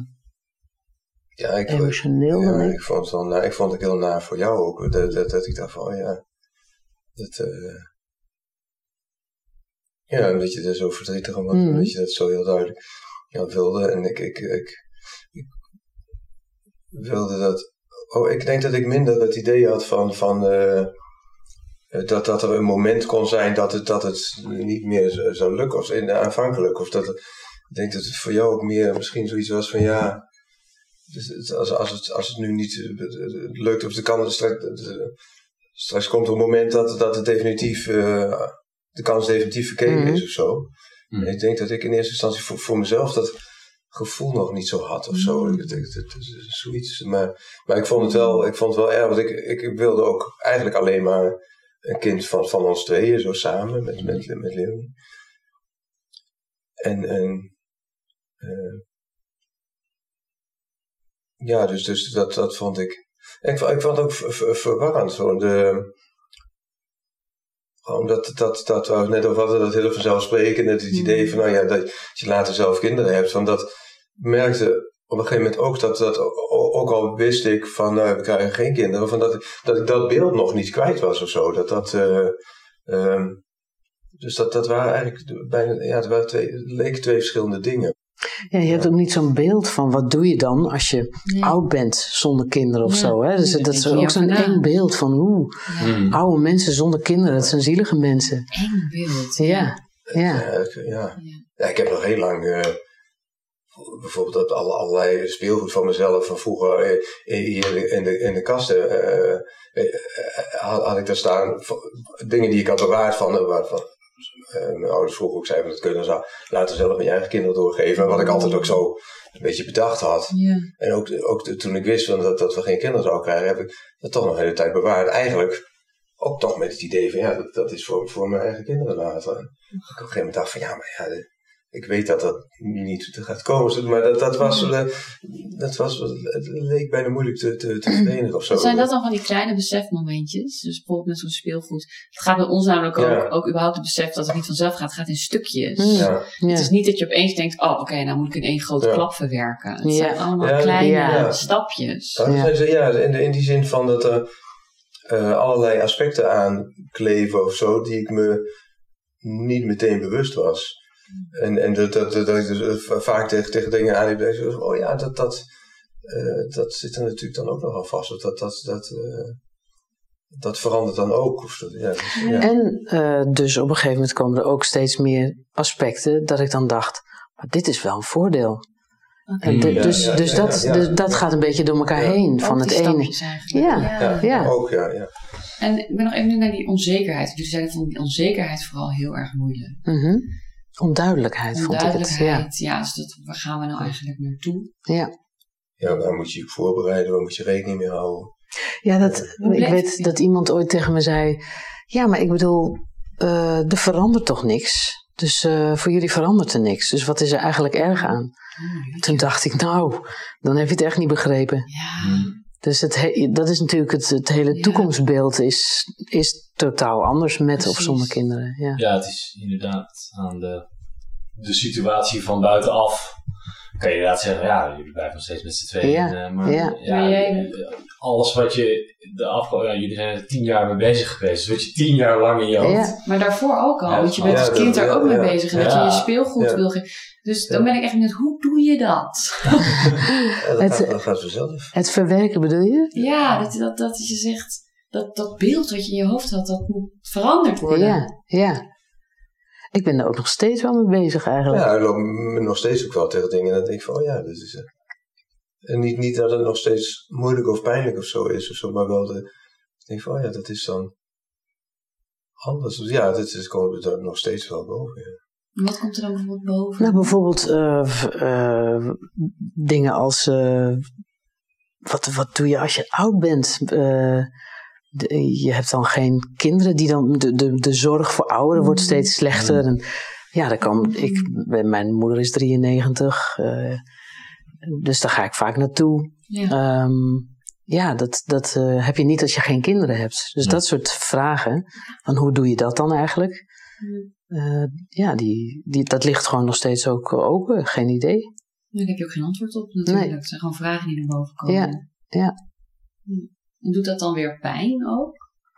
Ja, ik, emotioneel ja, dan ik. ik vond het wel na, ik vond het heel na voor jou ook. Dat, dat, dat ik dacht van, oh ja, dat, uh, ja, dat je er zo verdrietig om was, Mm. dat je dat zo heel duidelijk ja, wilde. En ik, ik, ik, ik wilde dat, oh, ik denk dat ik minder het idee had van, van uh, dat, dat er een moment kon zijn dat het, dat het niet meer zou lukken. Of in, aanvankelijk. Of dat het, ik denk dat het voor jou ook meer misschien zoiets was van ja... Dus het, als, als, het, als het nu niet uh, lukt of de kans straks, uh, straks komt er een moment dat, dat het definitief, uh, de kans definitief verkeken mm-hmm. is of zo. Mm. En ik denk dat ik in eerste instantie voor, voor mezelf dat gevoel nog niet zo had of zo. Mm. Ik, ik, ik, zoiets. Maar, maar ik vond het wel, ik vond het wel erg, want ik, ik wilde ook eigenlijk alleen maar een kind van, van ons tweeën, zo samen met, met, met Leonie. En, en uh, ja, dus, dus dat, dat vond ik. Ik, ik vond het ook ver, ver, verwarrend. Zo de, gewoon dat, dat, dat we het net over hadden, dat heel vanzelfsprekend. Het idee van, nou ja, dat je later zelf kinderen hebt. Van dat merkte op een gegeven moment ook dat, dat ook al wist ik van, nou, we krijgen geen kinderen. Van dat, dat ik dat beeld nog niet kwijt was of zo. Dat dat. Uh, um, dus dat, dat waren eigenlijk bijna, ja, het waren twee, het leken twee verschillende dingen. Ja, je hebt ook niet zo'n beeld van wat doe je dan als je nee. oud bent zonder kinderen of ja. zo. Hè? Dus dat, dat is ook zo'n eng beeld van oeh, ja. oude mensen zonder kinderen, dat zijn zielige mensen. Eng beeld. Ja, ja. ja. ja, ik, ja. ja ik heb nog heel lang uh, bijvoorbeeld alle, allerlei speelgoed van mezelf van vroeger uh, hier in de, in de kasten uh, uh, had, had ik daar staan dingen die ik had bewaard van, uh, van Uh, mijn ouders vroegen ook zeiden dat kunnen ze laten zelf mijn eigen kinderen doorgeven. Wat ik altijd ook zo een beetje bedacht had. Yeah. En ook, ook toen ik wist dat, dat we geen kinderen zouden krijgen, heb ik dat toch nog een hele tijd bewaard. Eigenlijk ook toch met het idee van ja, dat, dat is voor, voor mijn eigen kinderen later. En ik op een gegeven moment dacht van ja, maar ja, de, ik weet dat dat niet gaat komen. Maar dat, dat was, uh, dat was, het leek bijna moeilijk te, te, te verenigen of zo. Zijn dat dan van die kleine besefmomentjes? Dus bijvoorbeeld met zo'n speelgoed. Het gaat bij ons namelijk ook, ja. ook überhaupt het besef dat het niet vanzelf gaat. Het gaat in stukjes. Ja. Het is niet dat je opeens denkt, oh oké, okay, nou moet ik in één grote ja. klap verwerken. Het ja. zijn allemaal ja, kleine ja. stapjes. Ja, ja. ja in, in die zin van dat er uh, allerlei aspecten aankleven of zo, die ik me niet meteen bewust was. En, en dat, dat, dat, dat ik dus vaak tegen, tegen dingen aanliep. Oh ja, dat, dat, uh, dat zit er natuurlijk dan ook nogal vast. Dat, dat, dat, uh, dat verandert dan ook. Of dat, ja, dus, ja. En uh, dus op een gegeven moment komen er ook steeds meer aspecten dat ik dan dacht, maar dit is wel een voordeel. Okay. En de, ja, dus, ja, dus, ja, dat, ja, ja. dus dat gaat een beetje door elkaar ja. heen. Van het ene. Ja. Ja, ja, ook ja, ja. En ik ben nog even naar die onzekerheid. Jullie zeiden van die onzekerheid vooral heel erg moeilijk. Mm-hmm. Onduidelijkheid, Onduidelijkheid vond ik het. Ja, ja dus dat, waar gaan we nou eigenlijk naartoe? Ja. Ja, waar moet je je voorbereiden? Waar moet je rekening mee houden? Ja, dat, ik weet je? dat iemand ooit tegen me zei, ja, maar ik bedoel, uh, er verandert toch niks? Dus uh, voor jullie verandert er niks. Dus wat is er eigenlijk erg aan? Oh, Toen dacht ik, nou, dan heb je het echt niet begrepen. Ja. Dus het he- dat is natuurlijk het, het hele ja. toekomstbeeld is, is totaal anders met Precies. of zonder kinderen. Ja. ja, het is inderdaad aan de, de situatie van buitenaf. Kan je inderdaad zeggen, ja, jullie blijven nog steeds met z'n tweeën. Ja. Uh, maar ja. ja, jij... alles wat je de afgelopen, ja, jullie zijn er tien jaar mee bezig geweest. Dus wat je tien jaar lang in je hoofd. Ja. Maar daarvoor ook al, ja, want je bent ja, als kind dat, daar ook ja, mee bezig. En ja. dat je je speelgoed ja. wil geven. Dus ja. dan ben ik echt benieuwd, hoe doe je dat? Ja, dat, het, gaat, dat gaat vanzelf. Het verwerken bedoel je? Ja, dat, dat, dat je zegt, dat, dat beeld wat je in je hoofd had, dat moet veranderd worden. Ja, ja. Ik ben er ook nog steeds wel mee bezig eigenlijk. Ja, ik loop nog steeds ook wel tegen dingen en dan denk ik van, oh ja, dit is het. En niet, niet dat het nog steeds moeilijk of pijnlijk of zo is of zo, maar wel de, ik denk van, oh ja, dat is dan anders. Dus ja, dit is, komt er nog steeds wel boven. Ja. Wat komt er dan bijvoorbeeld boven? Nou, bijvoorbeeld uh, uh, dingen als, uh, wat, wat doe je als je oud bent? Uh, de, je hebt dan geen kinderen, die dan, de, de, de zorg voor ouderen wordt steeds slechter. En ja, dan kan ik, mijn moeder is drieënnegentig, uh, dus daar ga ik vaak naartoe. Ja, um, ja dat, dat uh, heb je niet als je geen kinderen hebt. Dus ja. dat soort vragen, van hoe doe je dat dan eigenlijk? Uh, ja, die, die, dat ligt gewoon nog steeds ook open, geen idee. Daar heb je ook geen antwoord op natuurlijk. Nee. Het zijn gewoon vragen die naar boven komen. Ja, ja. En doet dat dan weer pijn ook?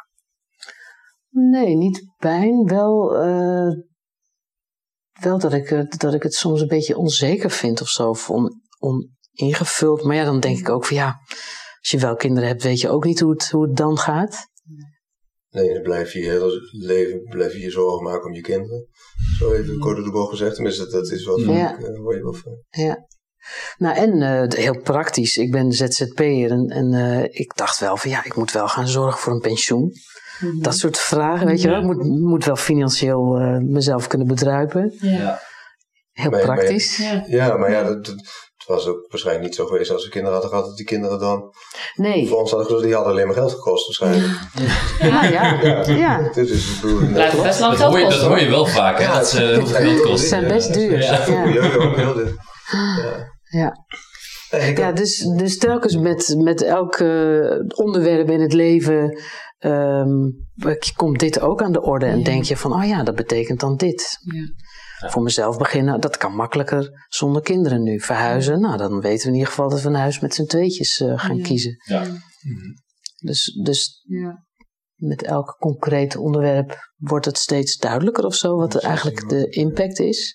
Nee, niet pijn. Wel, uh, wel dat, ik, dat ik het soms een beetje onzeker vind of zo. Of on, oningevuld. Maar ja, dan denk ik ook van ja, als je wel kinderen hebt, weet je ook niet hoe het, hoe het dan gaat. Nee, dan blijf je je hele leven blijf je je zorgen maken om je kinderen. Zo even kort door de bocht gezegd. Tenminste, dat is wat Ja. ik, uh, waar je wel van. Ja. Nou, en uh, heel praktisch. Ik ben Z Z P'er en, en uh, ik dacht wel van ja, ik moet wel gaan zorgen voor een pensioen. Mm-hmm. Dat soort vragen, weet je Ja. wel. Ik moet, moet wel financieel uh, mezelf kunnen bedruipen. Ja. Heel Maar- maar- praktisch. Ja. Ja, maar ja, dat, dat, het was ook waarschijnlijk niet zo geweest als we kinderen hadden gehad. Dat die kinderen dan Nee. voor ons hadden gekozen. Die hadden alleen maar geld gekost waarschijnlijk. Ja, ja. Ja. ja. Dit is ik bedoel, Blijft best lang Dat geld hoor, je, dat kosten. hoor je wel vaak, hè? Ja, dat ze heel veel ja, geld ja, Ze kosten. zijn best duur. Ja. Voor Ja. milieu ook heel dit. Ja. Ja. Nee, ik Ja, had- dus, dus telkens met, met elk uh, onderwerp in het leven um, komt dit ook aan de orde. En Ja. denk je van, oh ja, dat betekent dan dit. Ja. Ja. Voor mezelf beginnen, dat kan makkelijker zonder kinderen nu. Verhuizen, nou dan weten we in ieder geval dat we een huis met z'n tweetjes uh, gaan Ja. kiezen. Ja. Dus, dus Ja. met elk concreet onderwerp wordt het steeds duidelijker of zo, wat er eigenlijk de impact is.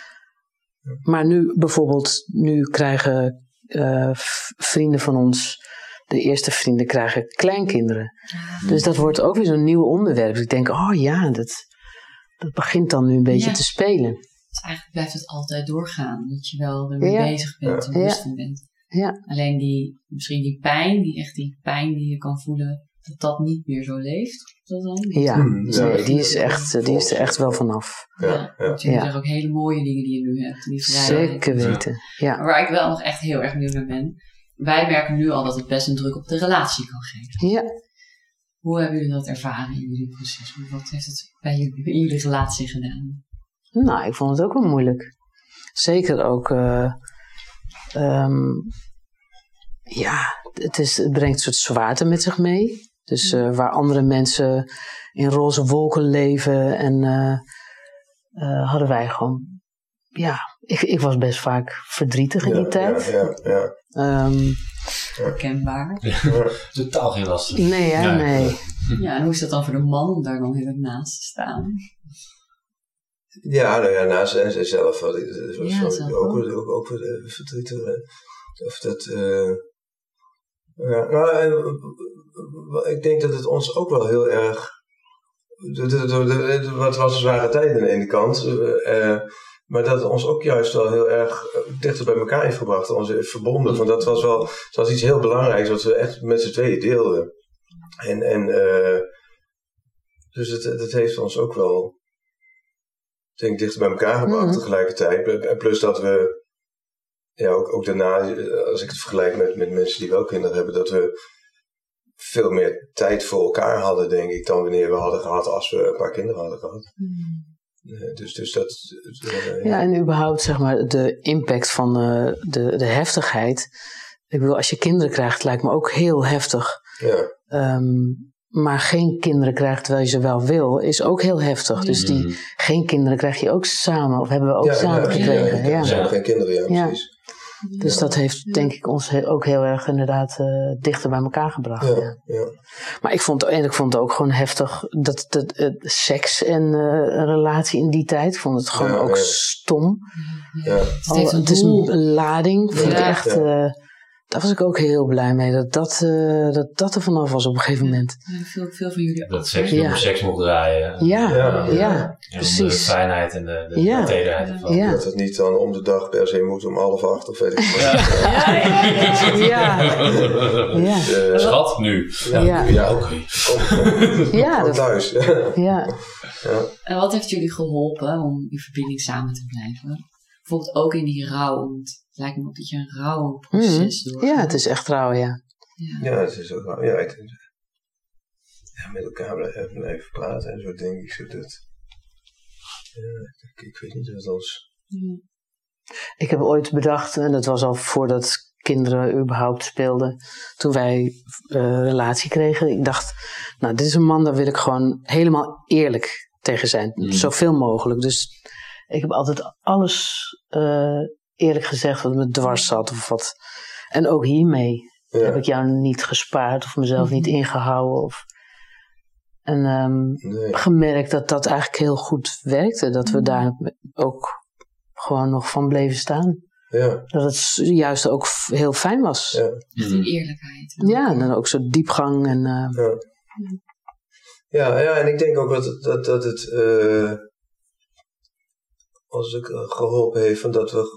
Maar nu bijvoorbeeld, nu krijgen uh, vrienden van ons, de eerste vrienden krijgen kleinkinderen. Dus dat wordt ook weer zo'n nieuw onderwerp. Dus ik denk, oh ja, dat, dat begint dan nu een beetje Ja. te spelen. Dus eigenlijk blijft het altijd doorgaan. Dat je wel ermee Ja. bezig bent en Ja. bewust van bent. Ja. Alleen die, misschien die pijn, die echt die pijn die je kan voelen, dat dat niet meer zo leeft. Is dat dan? Ja, Hmm, ja, nee, dat- die is, dat- echt, uh, die is er echt wel vanaf. Ja, ja. Want jullie Ja. zeggen ook hele mooie dingen die je nu hebt. Die vrijheid. Zeker weten. Ja. Maar waar ik wel nog echt heel erg benieuwd naar ben. Wij merken nu al dat het best een druk op de relatie kan geven. Ja. Hoe hebben jullie dat ervaren in jullie proces? Wat heeft het bij jullie, in jullie relatie gedaan? Nou, ik vond het ook wel moeilijk. Zeker ook, uh, um, ja, het, is, het brengt een soort zwaarte met zich mee. Dus uh, waar andere mensen in roze wolken leven en uh, uh, hadden wij gewoon, ja, ik, ik was best vaak verdrietig in Ja, die tijd. Ja, ja, ja. Um, Herkenbaar. Ja. Totaal geen last. nee, hè, Ja. nee. Ja, en hoe is dat dan voor de man om daar dan heel naast te staan? Ja, nou ja, naast zij zelf had ik dat was Ja, wel- zelf ook, ook. ook, ook, ook uh, verdrietig. uh, Of dat, uh, ja, nou, uh, ik denk dat het ons ook wel heel erg, de, de, de, de, de, wat was een zware tijd aan de ene kant, uh, maar dat het ons ook juist wel heel erg dichter bij elkaar heeft gebracht, ons heeft verbonden. Want dat was wel, het was iets heel belangrijks wat we echt met z'n tweeën deelden. En, en uh, dus het, het heeft ons ook wel, denk ik, dichter bij elkaar gebracht Mm-hmm. tegelijkertijd. En plus dat we, ja, ook, ook daarna, als ik het vergelijk met, met mensen die wel kinderen hebben, dat we veel meer tijd voor elkaar hadden, denk ik, dan wanneer we hadden gehad als we een paar kinderen hadden gehad. Hmm. Uh, dus, dus dat... Uh, Ja, en überhaupt, zeg maar, de impact van uh, de, de heftigheid. Ik bedoel, als je kinderen krijgt, lijkt me ook heel heftig. Ja. Um, maar geen kinderen krijgt terwijl je ze wel wil, is ook heel heftig. Ja. Dus die geen kinderen krijg je ook samen, of hebben we ook ja, samen ja, gekregen. Ja, Ja, er zijn nog geen kinderen, ja, Ja. precies. Dus Ja. dat heeft, denk ik, ons he- ook heel erg inderdaad uh, dichter bij elkaar gebracht. Ja. Ja, ja. Maar ik vond, en ik vond het ook gewoon heftig dat, dat uh, seks en uh, een relatie in die tijd, ik vond het gewoon Ja, ook ja. stom. Ja. Steeds Al- een het is doel. een lading, vond Ja. ik echt. Ja. Uh, daar was ik ook heel blij mee, dat dat, uh, dat, dat er vanaf was op een gegeven moment. Ja, veel, veel van jullie Dat ook, seks hè? Ja. nummer seks mocht draaien. Ja, Ja, ja, ja. En om de precies. fijnheid en de, de, Ja. de tederheid ervan. Ja. Dat het niet dan om de dag per se moet om half acht of weet ik wat. Ja, ja, ja. Uh, Schat, nu. Ja, Ja. ja oké. Kom, Ja, kom dat- thuis. ja. Ja. En wat heeft jullie geholpen om die verbinding samen te blijven? Bijvoorbeeld ook in die rouw. Want het lijkt me ook dat je een rouwproces Mhm. doorgaat. Ja, het is echt trouw, ja. Ja. Ja, het is ook wel. Ja, ik, ja, met elkaar blijven, blijven praten en zo denk ik. Zodat, ja, ik, ik weet niet wat ons. Ja. Ik heb ooit bedacht, en dat was al voordat kinderen überhaupt speelden, toen wij uh, een relatie kregen. Ik dacht, nou, dit is een man, daar wil ik gewoon helemaal eerlijk tegen zijn. Mm. Zoveel mogelijk. Dus ik heb altijd alles uh, eerlijk gezegd wat me dwars zat of wat. En ook hiermee Ja. heb ik jou niet gespaard of mezelf niet ingehouden. Of, en um, Nee. gemerkt dat dat eigenlijk heel goed werkte. Dat we daar ook gewoon nog van bleven staan. Ja. Dat het juist ook f- heel fijn was. Ja, Ja. Echt die eerlijkheid. en dan ook zo diepgang. En, uh, Ja. Ja, ja, en ik denk ook dat, dat, dat het uh, als ik uh, geholpen heeft van dat we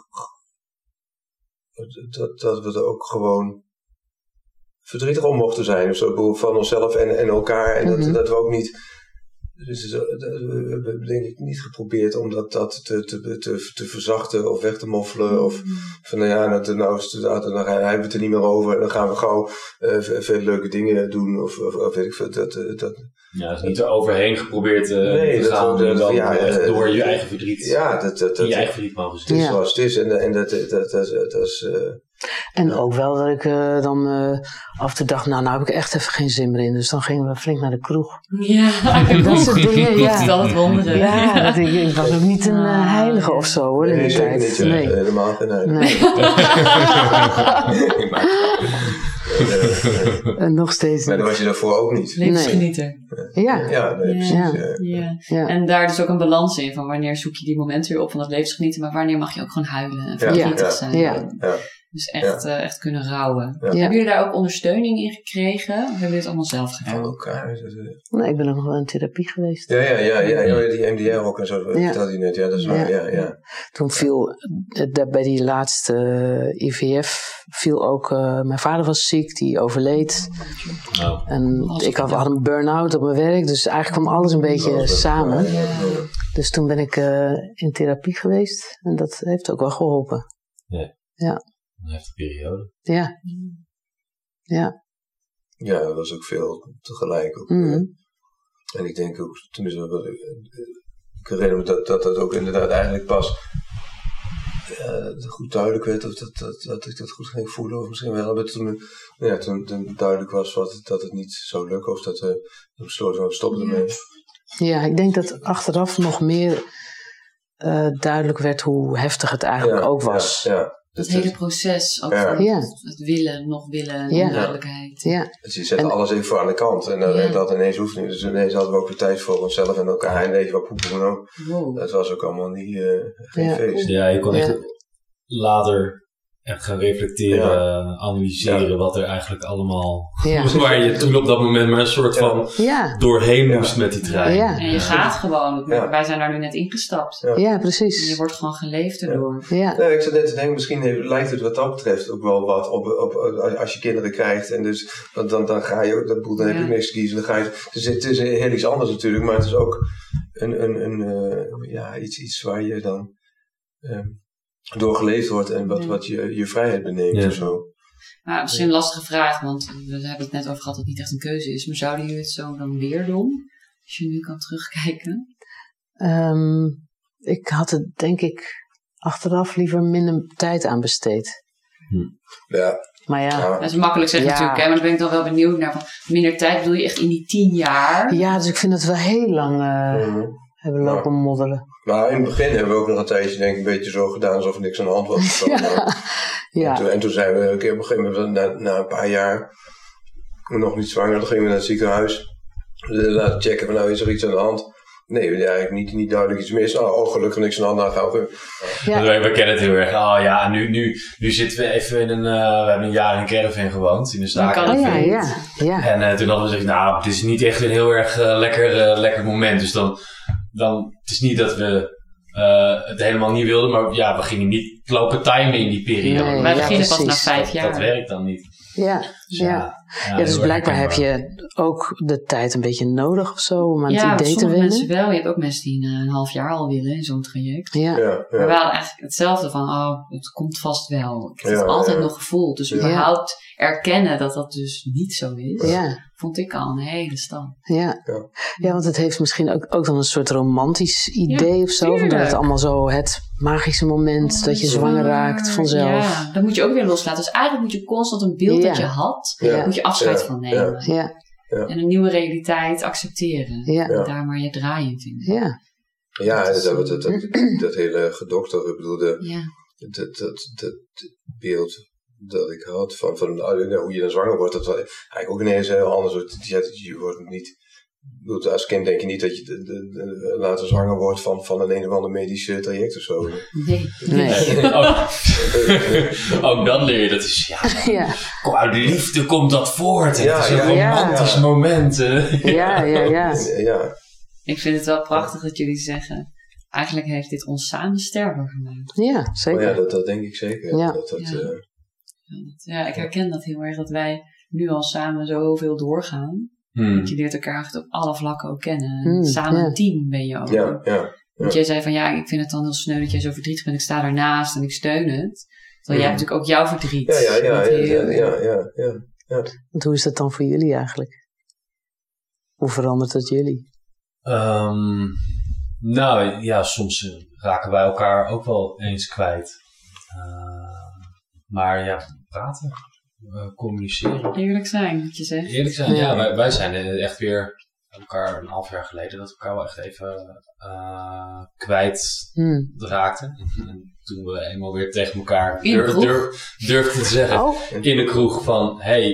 dat, dat we er ook gewoon verdrietig om mochten zijn of zo, van onszelf en, en elkaar en mm-hmm. dat, dat we ook niet dus we hebben denk ik niet geprobeerd om dat, dat te, te, te, te verzachten of weg te moffelen of van nou ja, dat, nou, dan hebben we het er niet meer over en dan gaan we gauw uh, veel leuke dingen doen of, of, of weet ik veel. Dat, dat, ja, dus niet er overheen geprobeerd uh, nee, te gaan dat, en dan ja, echt uh, door je eigen verdriet. Ja, dat, dat, dat, je eigen verdriet mogen zien. Het is zoals het is en, en dat, dat, dat, dat, dat is... Uh, En ook wel dat ik uh, dan uh, af en toe dacht, nou, nou heb ik echt even geen zin meer in. Dus dan gingen we flink naar de kroeg. Ja, dat soort dingen, ja. Dat het wonderen. Ja, dat ik, ik was ook niet een uh, heilige of zo hoor, in nee, die zeker tijd. Niet, ja. Nee, helemaal geen heilige. Nee. uh, uh, nog steeds maar dat was je daarvoor ook niet. Levensgenieter. Nee. Ja. Ja, nee, precies. Ja. Ja. Ja. Ja. En daar dus ook een balans in, van wanneer zoek je die momenten weer op van dat levensgenieten, maar wanneer mag je ook gewoon huilen en verdrietig ja. zijn. Ja. Ja. Dus echt, ja. uh, echt kunnen rouwen. Ja. Hebben jullie daar ook ondersteuning in gekregen? Of hebben jullie het allemaal zelf gedaan? Van elkaar. Nee, ik ben ook nog wel in therapie geweest. Ja, ja, ja, ja, ja die M D R ook en zo, dat ja. vertelde je net. Ja, dat is waar, ja, ja. ja. Toen viel, uh, bij die laatste uh, I V F, viel ook, uh, mijn vader was ziek, die overleed. Oh. En ik had, had een burn-out op mijn werk, dus eigenlijk kwam alles een beetje oh, samen. Ja, ja, ja. Dus toen ben ik uh, in therapie geweest en dat heeft ook wel geholpen. Ja. Ja. Een heftige periode. Ja. Ja. Ja, dat was ook veel tegelijk. Ook, mm-hmm. En ik denk ook, tenminste, wat ik, ik herinner me dat, dat dat ook inderdaad eigenlijk pas uh, goed duidelijk werd, of dat, dat, dat ik dat goed ging voelen, of misschien wel, maar toen, ja, toen, toen duidelijk was wat, dat het niet zou lukken, of dat we besloten we stoppen ermee. Ja, ik denk dat achteraf nog meer uh, duidelijk werd hoe heftig het eigenlijk ja, ook was. Ja, ja. Het hele proces, ook ja. van ja. het willen, nog willen, ja. onduidelijkheid. Ja. Dus je zet en, alles even aan de kant en, dan, ja. en dat ineens hoeft niet. Dus ineens hadden we ook weer tijd voor onszelf en elkaar en even wat poepen ook. Wow. Dat was ook allemaal niet, uh, geen ja. feest. Ja, je kon echt ja. later echt gaan reflecteren, ja. analyseren ja. wat er eigenlijk allemaal... Ja. Waar je toen op dat moment maar een soort ja. van ja. doorheen ja. moest met die trein. Ja. En je gaat gewoon. Ja. Wij zijn daar nu net ingestapt. Ja, ja precies. En je wordt gewoon geleefd erdoor. Ja. Ja. Nee, ik zat net te denken, misschien heeft, lijkt het wat dat betreft ook wel wat op, op, op als je kinderen krijgt. En dus dan, dan, dan ga je, dat boel, dan ja. heb je niks te kiezen. Dan ga je, dus het is heel iets anders natuurlijk, maar het is ook een, een, een uh, ja, iets, iets waar je dan um, door geleefd wordt en wat, ja. wat je, je vrijheid beneemt ja. of zo. Maar misschien een lastige vraag, want we hebben het net over gehad dat het niet echt een keuze is. Maar zouden jullie het zo dan weer doen? Als je nu kan terugkijken. Um, ik had het denk ik achteraf liever minder tijd aan besteed. Hm. Ja. Maar ja. ja. Dat is makkelijk zeggen ja. natuurlijk, hè? Maar dan ben ik dan wel benieuwd naar. Van minder tijd bedoel je echt in die tien jaar? Ja, dus ik vind het wel heel lang uh, mm-hmm. hebben lopen ja. moddelen. Maar in het begin hebben we ook nog een tijdje denk ik een beetje zo gedaan alsof er niks aan de hand was. ja. Ja. En, toen, en toen zijn we een keer op een gegeven moment, na, na een paar jaar, nog niet zwanger, dan gingen we naar het ziekenhuis. We laten checken van nou is er iets aan de hand. Nee, eigenlijk niet, niet duidelijk iets mis. Oh, oh gelukkig niks aan de hand. Nou gaan we. Ja. We, we kennen het heel erg. Oh ja, nu, nu, nu zitten we even in een, uh, we hebben een jaar in een caravan gewoond. In een staak. Oh, ja, ja, ja. En uh, toen hadden we gezegd, nou, het is niet echt een heel erg uh, lekker, uh, lekker moment. Dus dan, dan, het is niet dat we uh, het helemaal niet wilden, maar ja, we gingen niet lopen timen in die periode. Nee, Wij ja, beginnen pas na vijf dat, jaar. Dat werkt dan niet. Ja, dus ja. ja. Ja, ja, dus blijkbaar heb je ook de tijd een beetje nodig of zo om aan ja, het idee te wennen. Ja, mensen wel. Je hebt ook mensen die een, een half jaar al willen in zo'n traject. Ja. Ja, ja. Maar we hadden eigenlijk hetzelfde van, oh, het komt vast wel. Ik heb ja, het altijd ja. nog gevoeld. Dus überhaupt ja. erkennen dat dat dus niet zo is, ja. vond ik al een hele stap. Ja. Ja. ja, want het heeft misschien ook, ook dan een soort romantisch idee ja, of zo. Van dat het allemaal zo het magische moment oh, dat je zwanger raakt vanzelf. Ja, dat moet je ook weer loslaten. Dus eigenlijk moet je constant een beeld ja. dat je had, ja. moet je afscheid ja. van nemen. Ja. Ja. En een nieuwe realiteit accepteren. Ja. En daar maar je draai in vinden. Ja. Ja, dat, dat, dat, dat, dat hele gedokter, ik bedoel, de, ja. dat, dat, dat, dat beeld dat ik had van, van hoe je dan zwanger wordt, dat was eigenlijk ook ineens heel anders. Je wordt niet Als kind denk je niet dat je de, de, de, later zwanger wordt van, van een een of ander medisch uh, traject of zo. Nee. Nee. ook, ook dan leer je dat is, ja, Ja. uit liefde komt dat voort. Ja, Het is een ja, romantisch ja. moment. Uh. Ja, ja, ja. En, ja. Ik vind het wel prachtig dat jullie zeggen, eigenlijk heeft dit ons samen sterker gemaakt. Ja, Oh, zeker. ja, dat, dat denk ik zeker. Ja. Dat, dat, Ja. uh, Ja, dat- ja, ik herken dat heel erg, dat wij nu al samen zoveel doorgaan. Hmm. Want je leert elkaar echt op alle vlakken ook kennen. Hmm, samen ja. een team ben je ook. ja, ja. Want jij zei van ja, ik vind het dan heel sneu dat jij zo verdrietig bent. Ik sta daarnaast en ik steun het. Terwijl jij hebt natuurlijk ook jouw verdriet. Ja, ja, ja, Wat ja, heel- ja, ja, ja, ja. Want hoe is dat dan voor jullie eigenlijk? Hoe verandert het jullie? Um, nou ja, soms uh, raken wij elkaar ook wel eens kwijt. Uh, maar ja, praten, uh, communiceren. Eerlijk zijn, wat je zegt. Eerlijk zijn, ja, Ja. wij, wij zijn echt weer elkaar een half jaar geleden dat we elkaar wel echt even uh, kwijt Hmm. raakten. En toen we eenmaal weer tegen elkaar In de durf, kroeg? durf, durfden te zeggen Oh, in de kroeg van hey,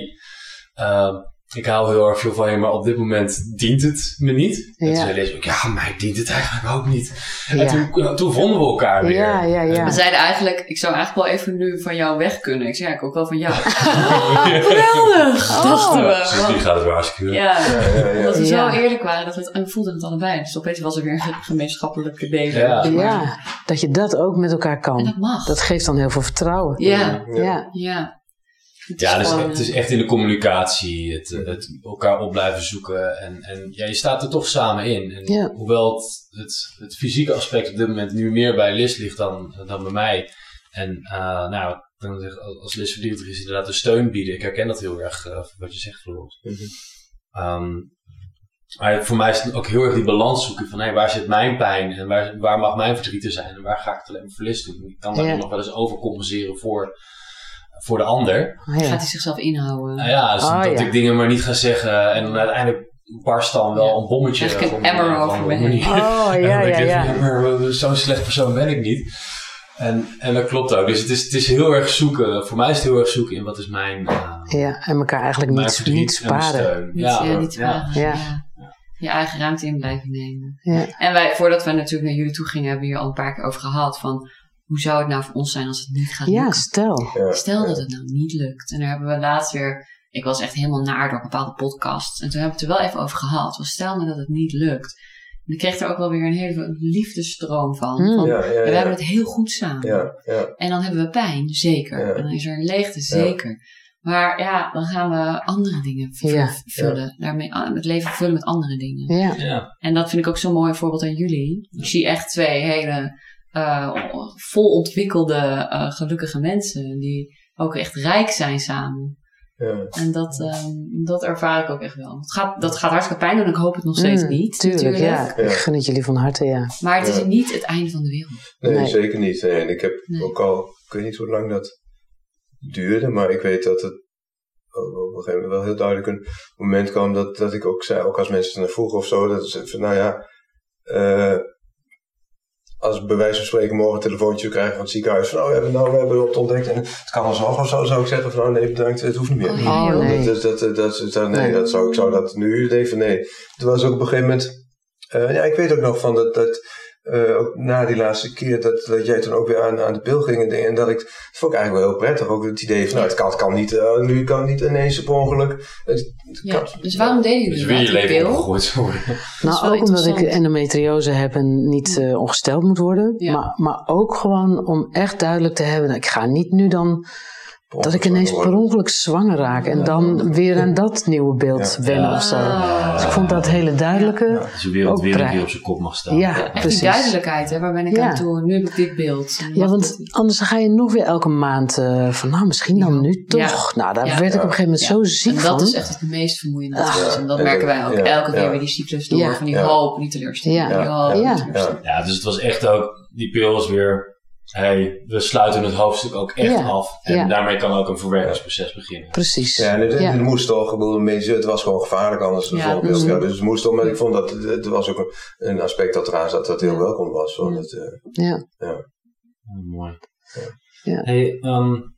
uh, ik hou heel erg veel van je, maar op dit moment dient het me niet. En Ja. toen zei Liz ook, ja, mij dient het eigenlijk ook niet. En Ja. toen, toen vonden we elkaar weer. Ja, ja, ja. We zeiden eigenlijk, ik zou eigenlijk wel even nu van jou weg kunnen. Ik zei eigenlijk ook wel van jou. Ja. Geweldig, Oh. dachten we. Dus die Want- gaat het weer hartstikke goed. Ja, Ja, ja, ja. omdat we Ja. zo eerlijk waren dat we het, en we voelden het allebei. Dus opeens was er weer een ge- gemeenschappelijke delen. Ja. Ja, dat je dat ook met elkaar En kan. dat mag. Dat geeft dan heel veel vertrouwen. Ja, Ja, ja. Het Ja, dus gewoon, het is echt in de communicatie, het, het elkaar op blijven zoeken. En, en ja, je staat er toch samen in. En Ja. hoewel het, het, het fysieke aspect op dit moment nu meer bij Liz ligt dan, dan bij mij. En uh, nou, dan zeg, als Liz verdrietig is, inderdaad de steun bieden. Ik herken dat heel erg, uh, wat je zegt, Floris. Mhm. Um, maar voor mij is het ook heel erg die balans zoeken van hey, waar zit mijn pijn en waar, waar mag mijn verdriet er zijn en waar ga ik het alleen maar voor Liz doen. Ik kan daar Ja. nog wel eens overcompenseren voor, voor de ander. Oh, gaat ja. hij zichzelf inhouden. Nou ja, dus Oh, dat ja. ik dingen maar niet ga zeggen en dan uiteindelijk barst dan wel Ja. een bommetje. Krijg ik een van- emmer van- over van- me heen. van- Oh, en ja, dan denk ja, ik, ja. maar zo'n slecht persoon ben ik niet. En, en dat klopt ook. Dus het is, het is heel erg zoeken. Voor mij is het heel erg zoeken in wat is mijn, uh, Ja, en elkaar eigenlijk mijn niet, verdriet niet en mijn sparen. steun. Niet, ja, Ja, niet ja. vragen. Ja. Ja. Je eigen ruimte in blijven nemen. Ja. En wij, voordat we natuurlijk naar jullie toe gingen, hebben we hier al een paar keer over gehad. Van, hoe zou het nou voor ons zijn als het niet gaat Ja, lukken? stel. Ja, Stel ja. dat het nou niet lukt. En daar hebben we laatst weer... Ik was echt helemaal naar door bepaalde podcasts. En toen hebben we het er wel even over gehad. Want stel nou dat het niet lukt. En ik kreeg er ook wel weer een hele liefdesstroom van. Hmm. van Ja, ja, We ja. hebben het heel goed samen. Ja, ja. En dan hebben we pijn, zeker. Ja. En dan is er een leegte, zeker. Maar ja, dan gaan we andere dingen v- Ja. vullen. Daarmee ah, het leven vullen met andere dingen. Ja, Ja. En dat vind ik ook zo'n mooi voorbeeld aan jullie. Ik zie echt twee hele uh, vol ontwikkelde, uh, gelukkige mensen. Die ook echt rijk zijn samen. Ja. En dat, um, dat ervaar ik ook echt wel. Het gaat, dat gaat hartstikke pijn doen. Ik hoop het nog steeds Mm, niet. tuurlijk, natuurlijk. ja. Ja. Ik gun het jullie van harte, ja. Maar het is Ja. niet het einde van de wereld. Nee, Nee. zeker niet. Nee, en ik heb Nee. ook al, ik weet niet hoe lang dat duurde, maar ik weet dat het op een gegeven moment wel heel duidelijk een moment kwam dat, dat ik ook zei, ook als mensen naar vroegen of zo, dat ze van, nou ja, uh, als bij wijze van spreken morgen een telefoontje zou krijgen van het ziekenhuis van, oh, we hebben, nou, we hebben het ontdekt en het kan wel zorgen of zo, zou ik zeggen van, nou nee, bedankt, het hoeft niet meer. Oh, ja, Oh, joh. nee. Dat, dat, dat, dat, dat, nee, Nee. dat zou, ik zou dat nu even, nee. Toen was ook op een gegeven moment, uh, ja, ik weet ook nog van dat, dat uh, ook na die laatste keer dat, dat jij toen ook weer aan, aan de pil ging en, dingen, en dat ik, dat vond ik eigenlijk wel heel prettig, ook het idee van, nou, het kan, het kan niet, uh, nu kan het niet ineens per ongeluk. Het, het Ja. kan, Dus waarom deden jullie Dus dat? weer je die leven pil? opgegooid worden. Nou, wel ook omdat ik interessant. endometriose heb en niet uh, ongesteld moet worden. Ja. Maar, maar ook gewoon om echt duidelijk te hebben, nou, ik ga niet nu dan, dat ik ineens per worden. ongeluk zwanger raak. En dan weer aan dat nieuwe beeld Ja. wennen Ja. of zo. Ah. Dus ik vond dat hele duidelijke. Ja. Dus de wereld Ook weer een vrij. keer op zijn kop mag staan. Ja, Echt precies. die duidelijkheid, hè? Waar ben ik Ja. aan toe? Nu heb ik dit beeld. En Ja, wacht, want anders ga je nog weer elke maand uh, van, nou, misschien dan Ja. nu toch. Nou, daar Ja. werd ik op een gegeven moment Ja. zo ziek En dat van. is echt het meest vermoeiende. Ah. En dat Ja. merken wij ook Ja. elke keer Ja. weer die cyclus door. Ja. Van die Ja. hoop, niet teleurstelling. Ja. Die hoop, Ja. niet teleurstelling. Ja, dus het was echt ook, die pil was weer, hey, we sluiten het hoofdstuk ook echt Ja. af. En Ja. daarmee kan ook een verwerkingsproces beginnen. Precies. Ja, en het, Ja. het moest toch, ik bedoel, medisch, het was gewoon gevaarlijk anders dan Ja, zo'n beeld. mm. Ja, dus het moest toch, maar ik vond dat het, het was ook een, een aspect dat eraan zat dat heel Ja. welkom was. Hoor. Ja. Dat, uh, Ja. Oh, mooi. Ja. Hey, um,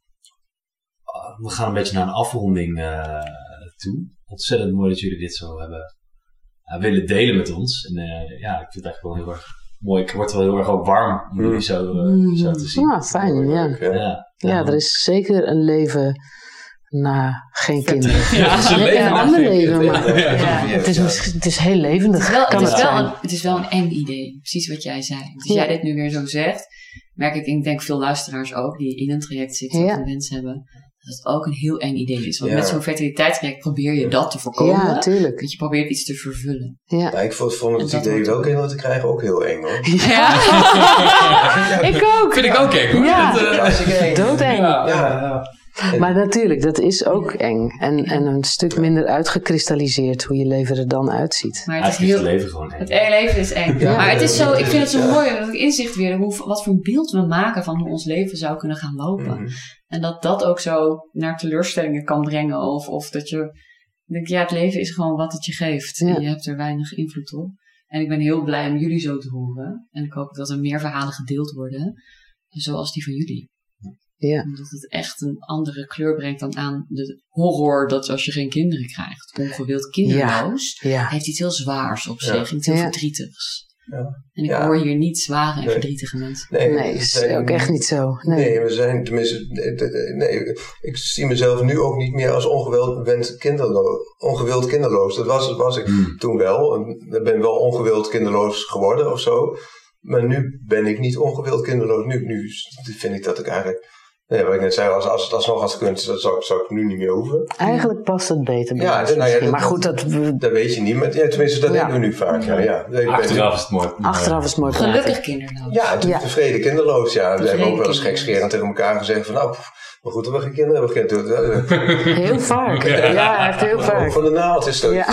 we gaan een beetje naar een afronding uh, toe. Ontzettend mooi dat jullie dit zo hebben uh, willen delen met ons. En uh, ja, ik vind het eigenlijk wel heel erg mooi. Ik word wel heel erg ook warm om jullie zo, uh, zo te zien. Ja, fijn, ja. Okay. Ja, ja, er is zeker een leven na geen kinderen. Ja, het is een leven ja, na een ander geen leven, kinderen. maar Ja. ja, het, is, misschien- het is heel levendig. Het is, wel, kan het, is het wel zijn. een, het is wel een eng idee. Precies wat jij zei. Dus Ja. jij dit nu weer zo zegt, merk ik, ik denk veel luisteraars ook, die in een traject zitten Ja. of een wens hebben, dat het ook een heel eng idee is. Want Ja. met zo'n fertiliteitstraject probeer je dat te voorkomen. Ja, tuurlijk. Dat je probeert iets te vervullen. Ja. Ja, ik vond, vond En het dat idee wordt wel ook- kinderen te krijgen ook heel eng hoor. Ja. Ik ook. Vind ik ook eng hoor. Ja. Dat, uh, Hartstikke eng. Doodeng. ja, Ja. ja, ja. Maar natuurlijk, dat is ook eng. En, en een stuk minder uitgekristalliseerd hoe je leven er dan uitziet. Maar het is Eigenlijk is heel... het leven gewoon eng. Het enge leven is eng. Ja, maar het is zo, ja, ik vind het zo ja. mooi, dat ik inzicht weer, hoe, wat voor een beeld we maken van hoe ons leven zou kunnen gaan lopen. Mhm. En dat dat ook zo naar teleurstellingen kan brengen. Of, of dat je denkt, ja, het leven is gewoon wat het je geeft. Ja. En je hebt er weinig invloed op. En ik ben heel blij om jullie zo te horen. En ik hoop dat er meer verhalen gedeeld worden. Zoals die van jullie. Ja. Omdat het echt een andere kleur brengt dan aan de horror dat als je geen kinderen krijgt. Ongewild kinderloos. Ja. Heeft iets heel zwaars op Ja. zich. Iets heel Ja. verdrietigs. Ja. En ik Ja. hoor hier niet zware en Nee. verdrietige mensen. Nee, Nee, we is zijn- ook echt niet zo. Nee. Nee, we zijn tenminste. Nee, nee, ik zie mezelf nu ook niet meer als ongewild kinderloos. Ongewild kinderloos. Dat was, was ik Hmm. toen wel. Ik ben wel ongewild kinderloos geworden of zo. Maar nu ben ik niet ongewild kinderloos. Nu, nu vind ik dat ik eigenlijk. Nee, wat ik net zei, als, als het alsnog had gekund, dat zou, zou ik nu niet meer hoeven. Eigenlijk past het beter bij Ja, ons nou ja, misschien. dat- Maar goed, dat, we- Dat weet je niet. Maar, ja, tenminste, dat Ja. denken we nu vaak. Ja, ja. Ik ben- Achteraf is het mooi. achteraf is het mooi praten. Gelukkig kinderloos. Ja, te- Ja. tevreden kinderloos. Ja, we hebben Tevreden ook wel eens kinderloos. gekscherend tegen elkaar gezegd van nou, pff, maar goed dat we geen kinderen hebben gekend. Heel vaak. Ja, echt heel Ook vaak. van de naald is dat. Ja.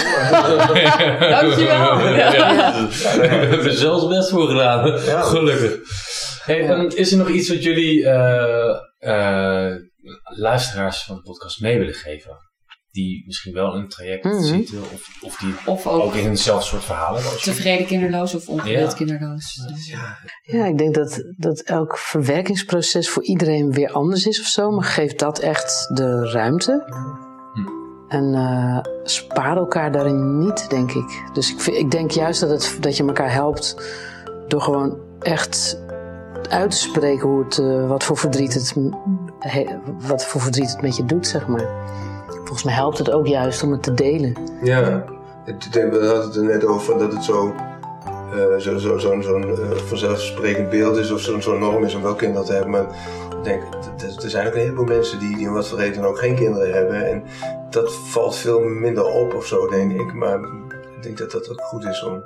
Dankjewel. Ja. We hebben er zelfs best voor gedaan. Ja. Gelukkig. Hey, um, is er nog iets wat jullie uh, uh, luisteraars van de podcast mee willen geven? Die misschien wel een traject Mhm. zitten of, of die Of ook, ook in eenzelfde soort verhalen hebben? als jullie? tevreden kinderloos of ongewild Ja. kinderloos. Ja, ik denk dat, dat elk verwerkingsproces voor iedereen weer anders is of zo. Maar geef dat echt de ruimte. Hm. En uh, spaar elkaar daarin niet, denk ik. Dus ik, vind, ik denk juist dat, het, dat je elkaar helpt door gewoon echt uit te spreken hoe het, uh, wat, voor verdriet het, he, wat voor verdriet het met je doet, zeg maar. Volgens mij helpt het ook juist om het te delen. Ja, ik denk, we hadden het er net over dat het zo, uh, zo, zo, zo, zo'n uh, vanzelfsprekend beeld is of zo'n zo norm is om wel kinderen te hebben. Maar ik denk, d- er zijn ook een heleboel mensen die, die om wat voor reden ook geen kinderen hebben. En dat valt veel minder op of zo, denk ik. Maar ik denk dat dat ook goed is om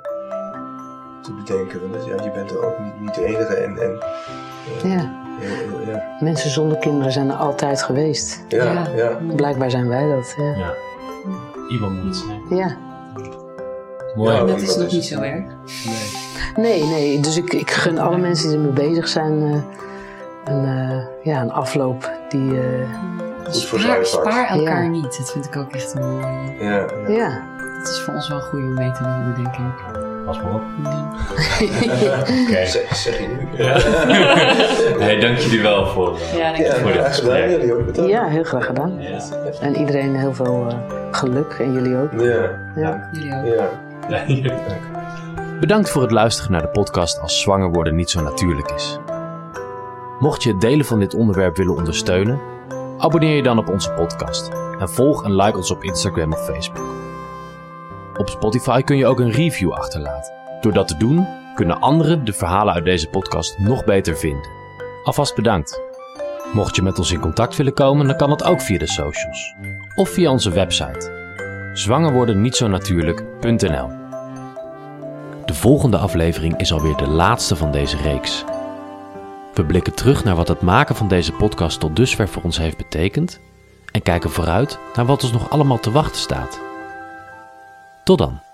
te bedenken. Want ja, je bent er ook niet, niet de enige. En, en, uh, Ja. Ja, ja. Mensen zonder kinderen zijn er altijd geweest. Ja, Ja. ja. Blijkbaar zijn wij dat. Ja. Ja. Iemand moet het zijn. Ja. Mooi. Ja, Dat is dat nog is- niet zo erg. Nee, nee. Dus ik, ik gun alle mensen die ermee bezig zijn uh, een, uh, ja, een afloop die... Uh, Goed voor Spaar, zijn spaar elkaar Ja. niet. Dat vind ik ook echt een mooie. Ja, ja. ja. Dat is voor ons wel een goede om mee te nemen, denk ik. Pas maar op. Ja. Oké. Zeg, zeg je nu? Ja. Hey, dank jullie wel voor, uh, Ja, denk Ja, ik. Voor dit graag gedaan. gesprek. Jullie ook bedankt. Ja, heel graag gedaan. Yes. En iedereen heel veel uh, geluk. En jullie ook. Ja, Ja. Jullie ook. ja. Ja, hier. Bedankt voor het luisteren naar de podcast Als zwanger worden niet zo natuurlijk is. Mocht je het delen van dit onderwerp willen ondersteunen, abonneer je dan op onze podcast en volg en like ons op Instagram of Facebook. Op Spotify kun je ook een review achterlaten. Door dat te doen, kunnen anderen de verhalen uit deze podcast nog beter vinden. Alvast bedankt. Mocht je met ons in contact willen komen, dan kan dat ook via de socials. Of via onze website zwanger worden niet zo natuurlijk punt n l. De volgende aflevering is alweer de laatste van deze reeks. We blikken terug naar wat het maken van deze podcast tot dusver voor ons heeft betekend en kijken vooruit naar wat ons nog allemaal te wachten staat. Tot dan.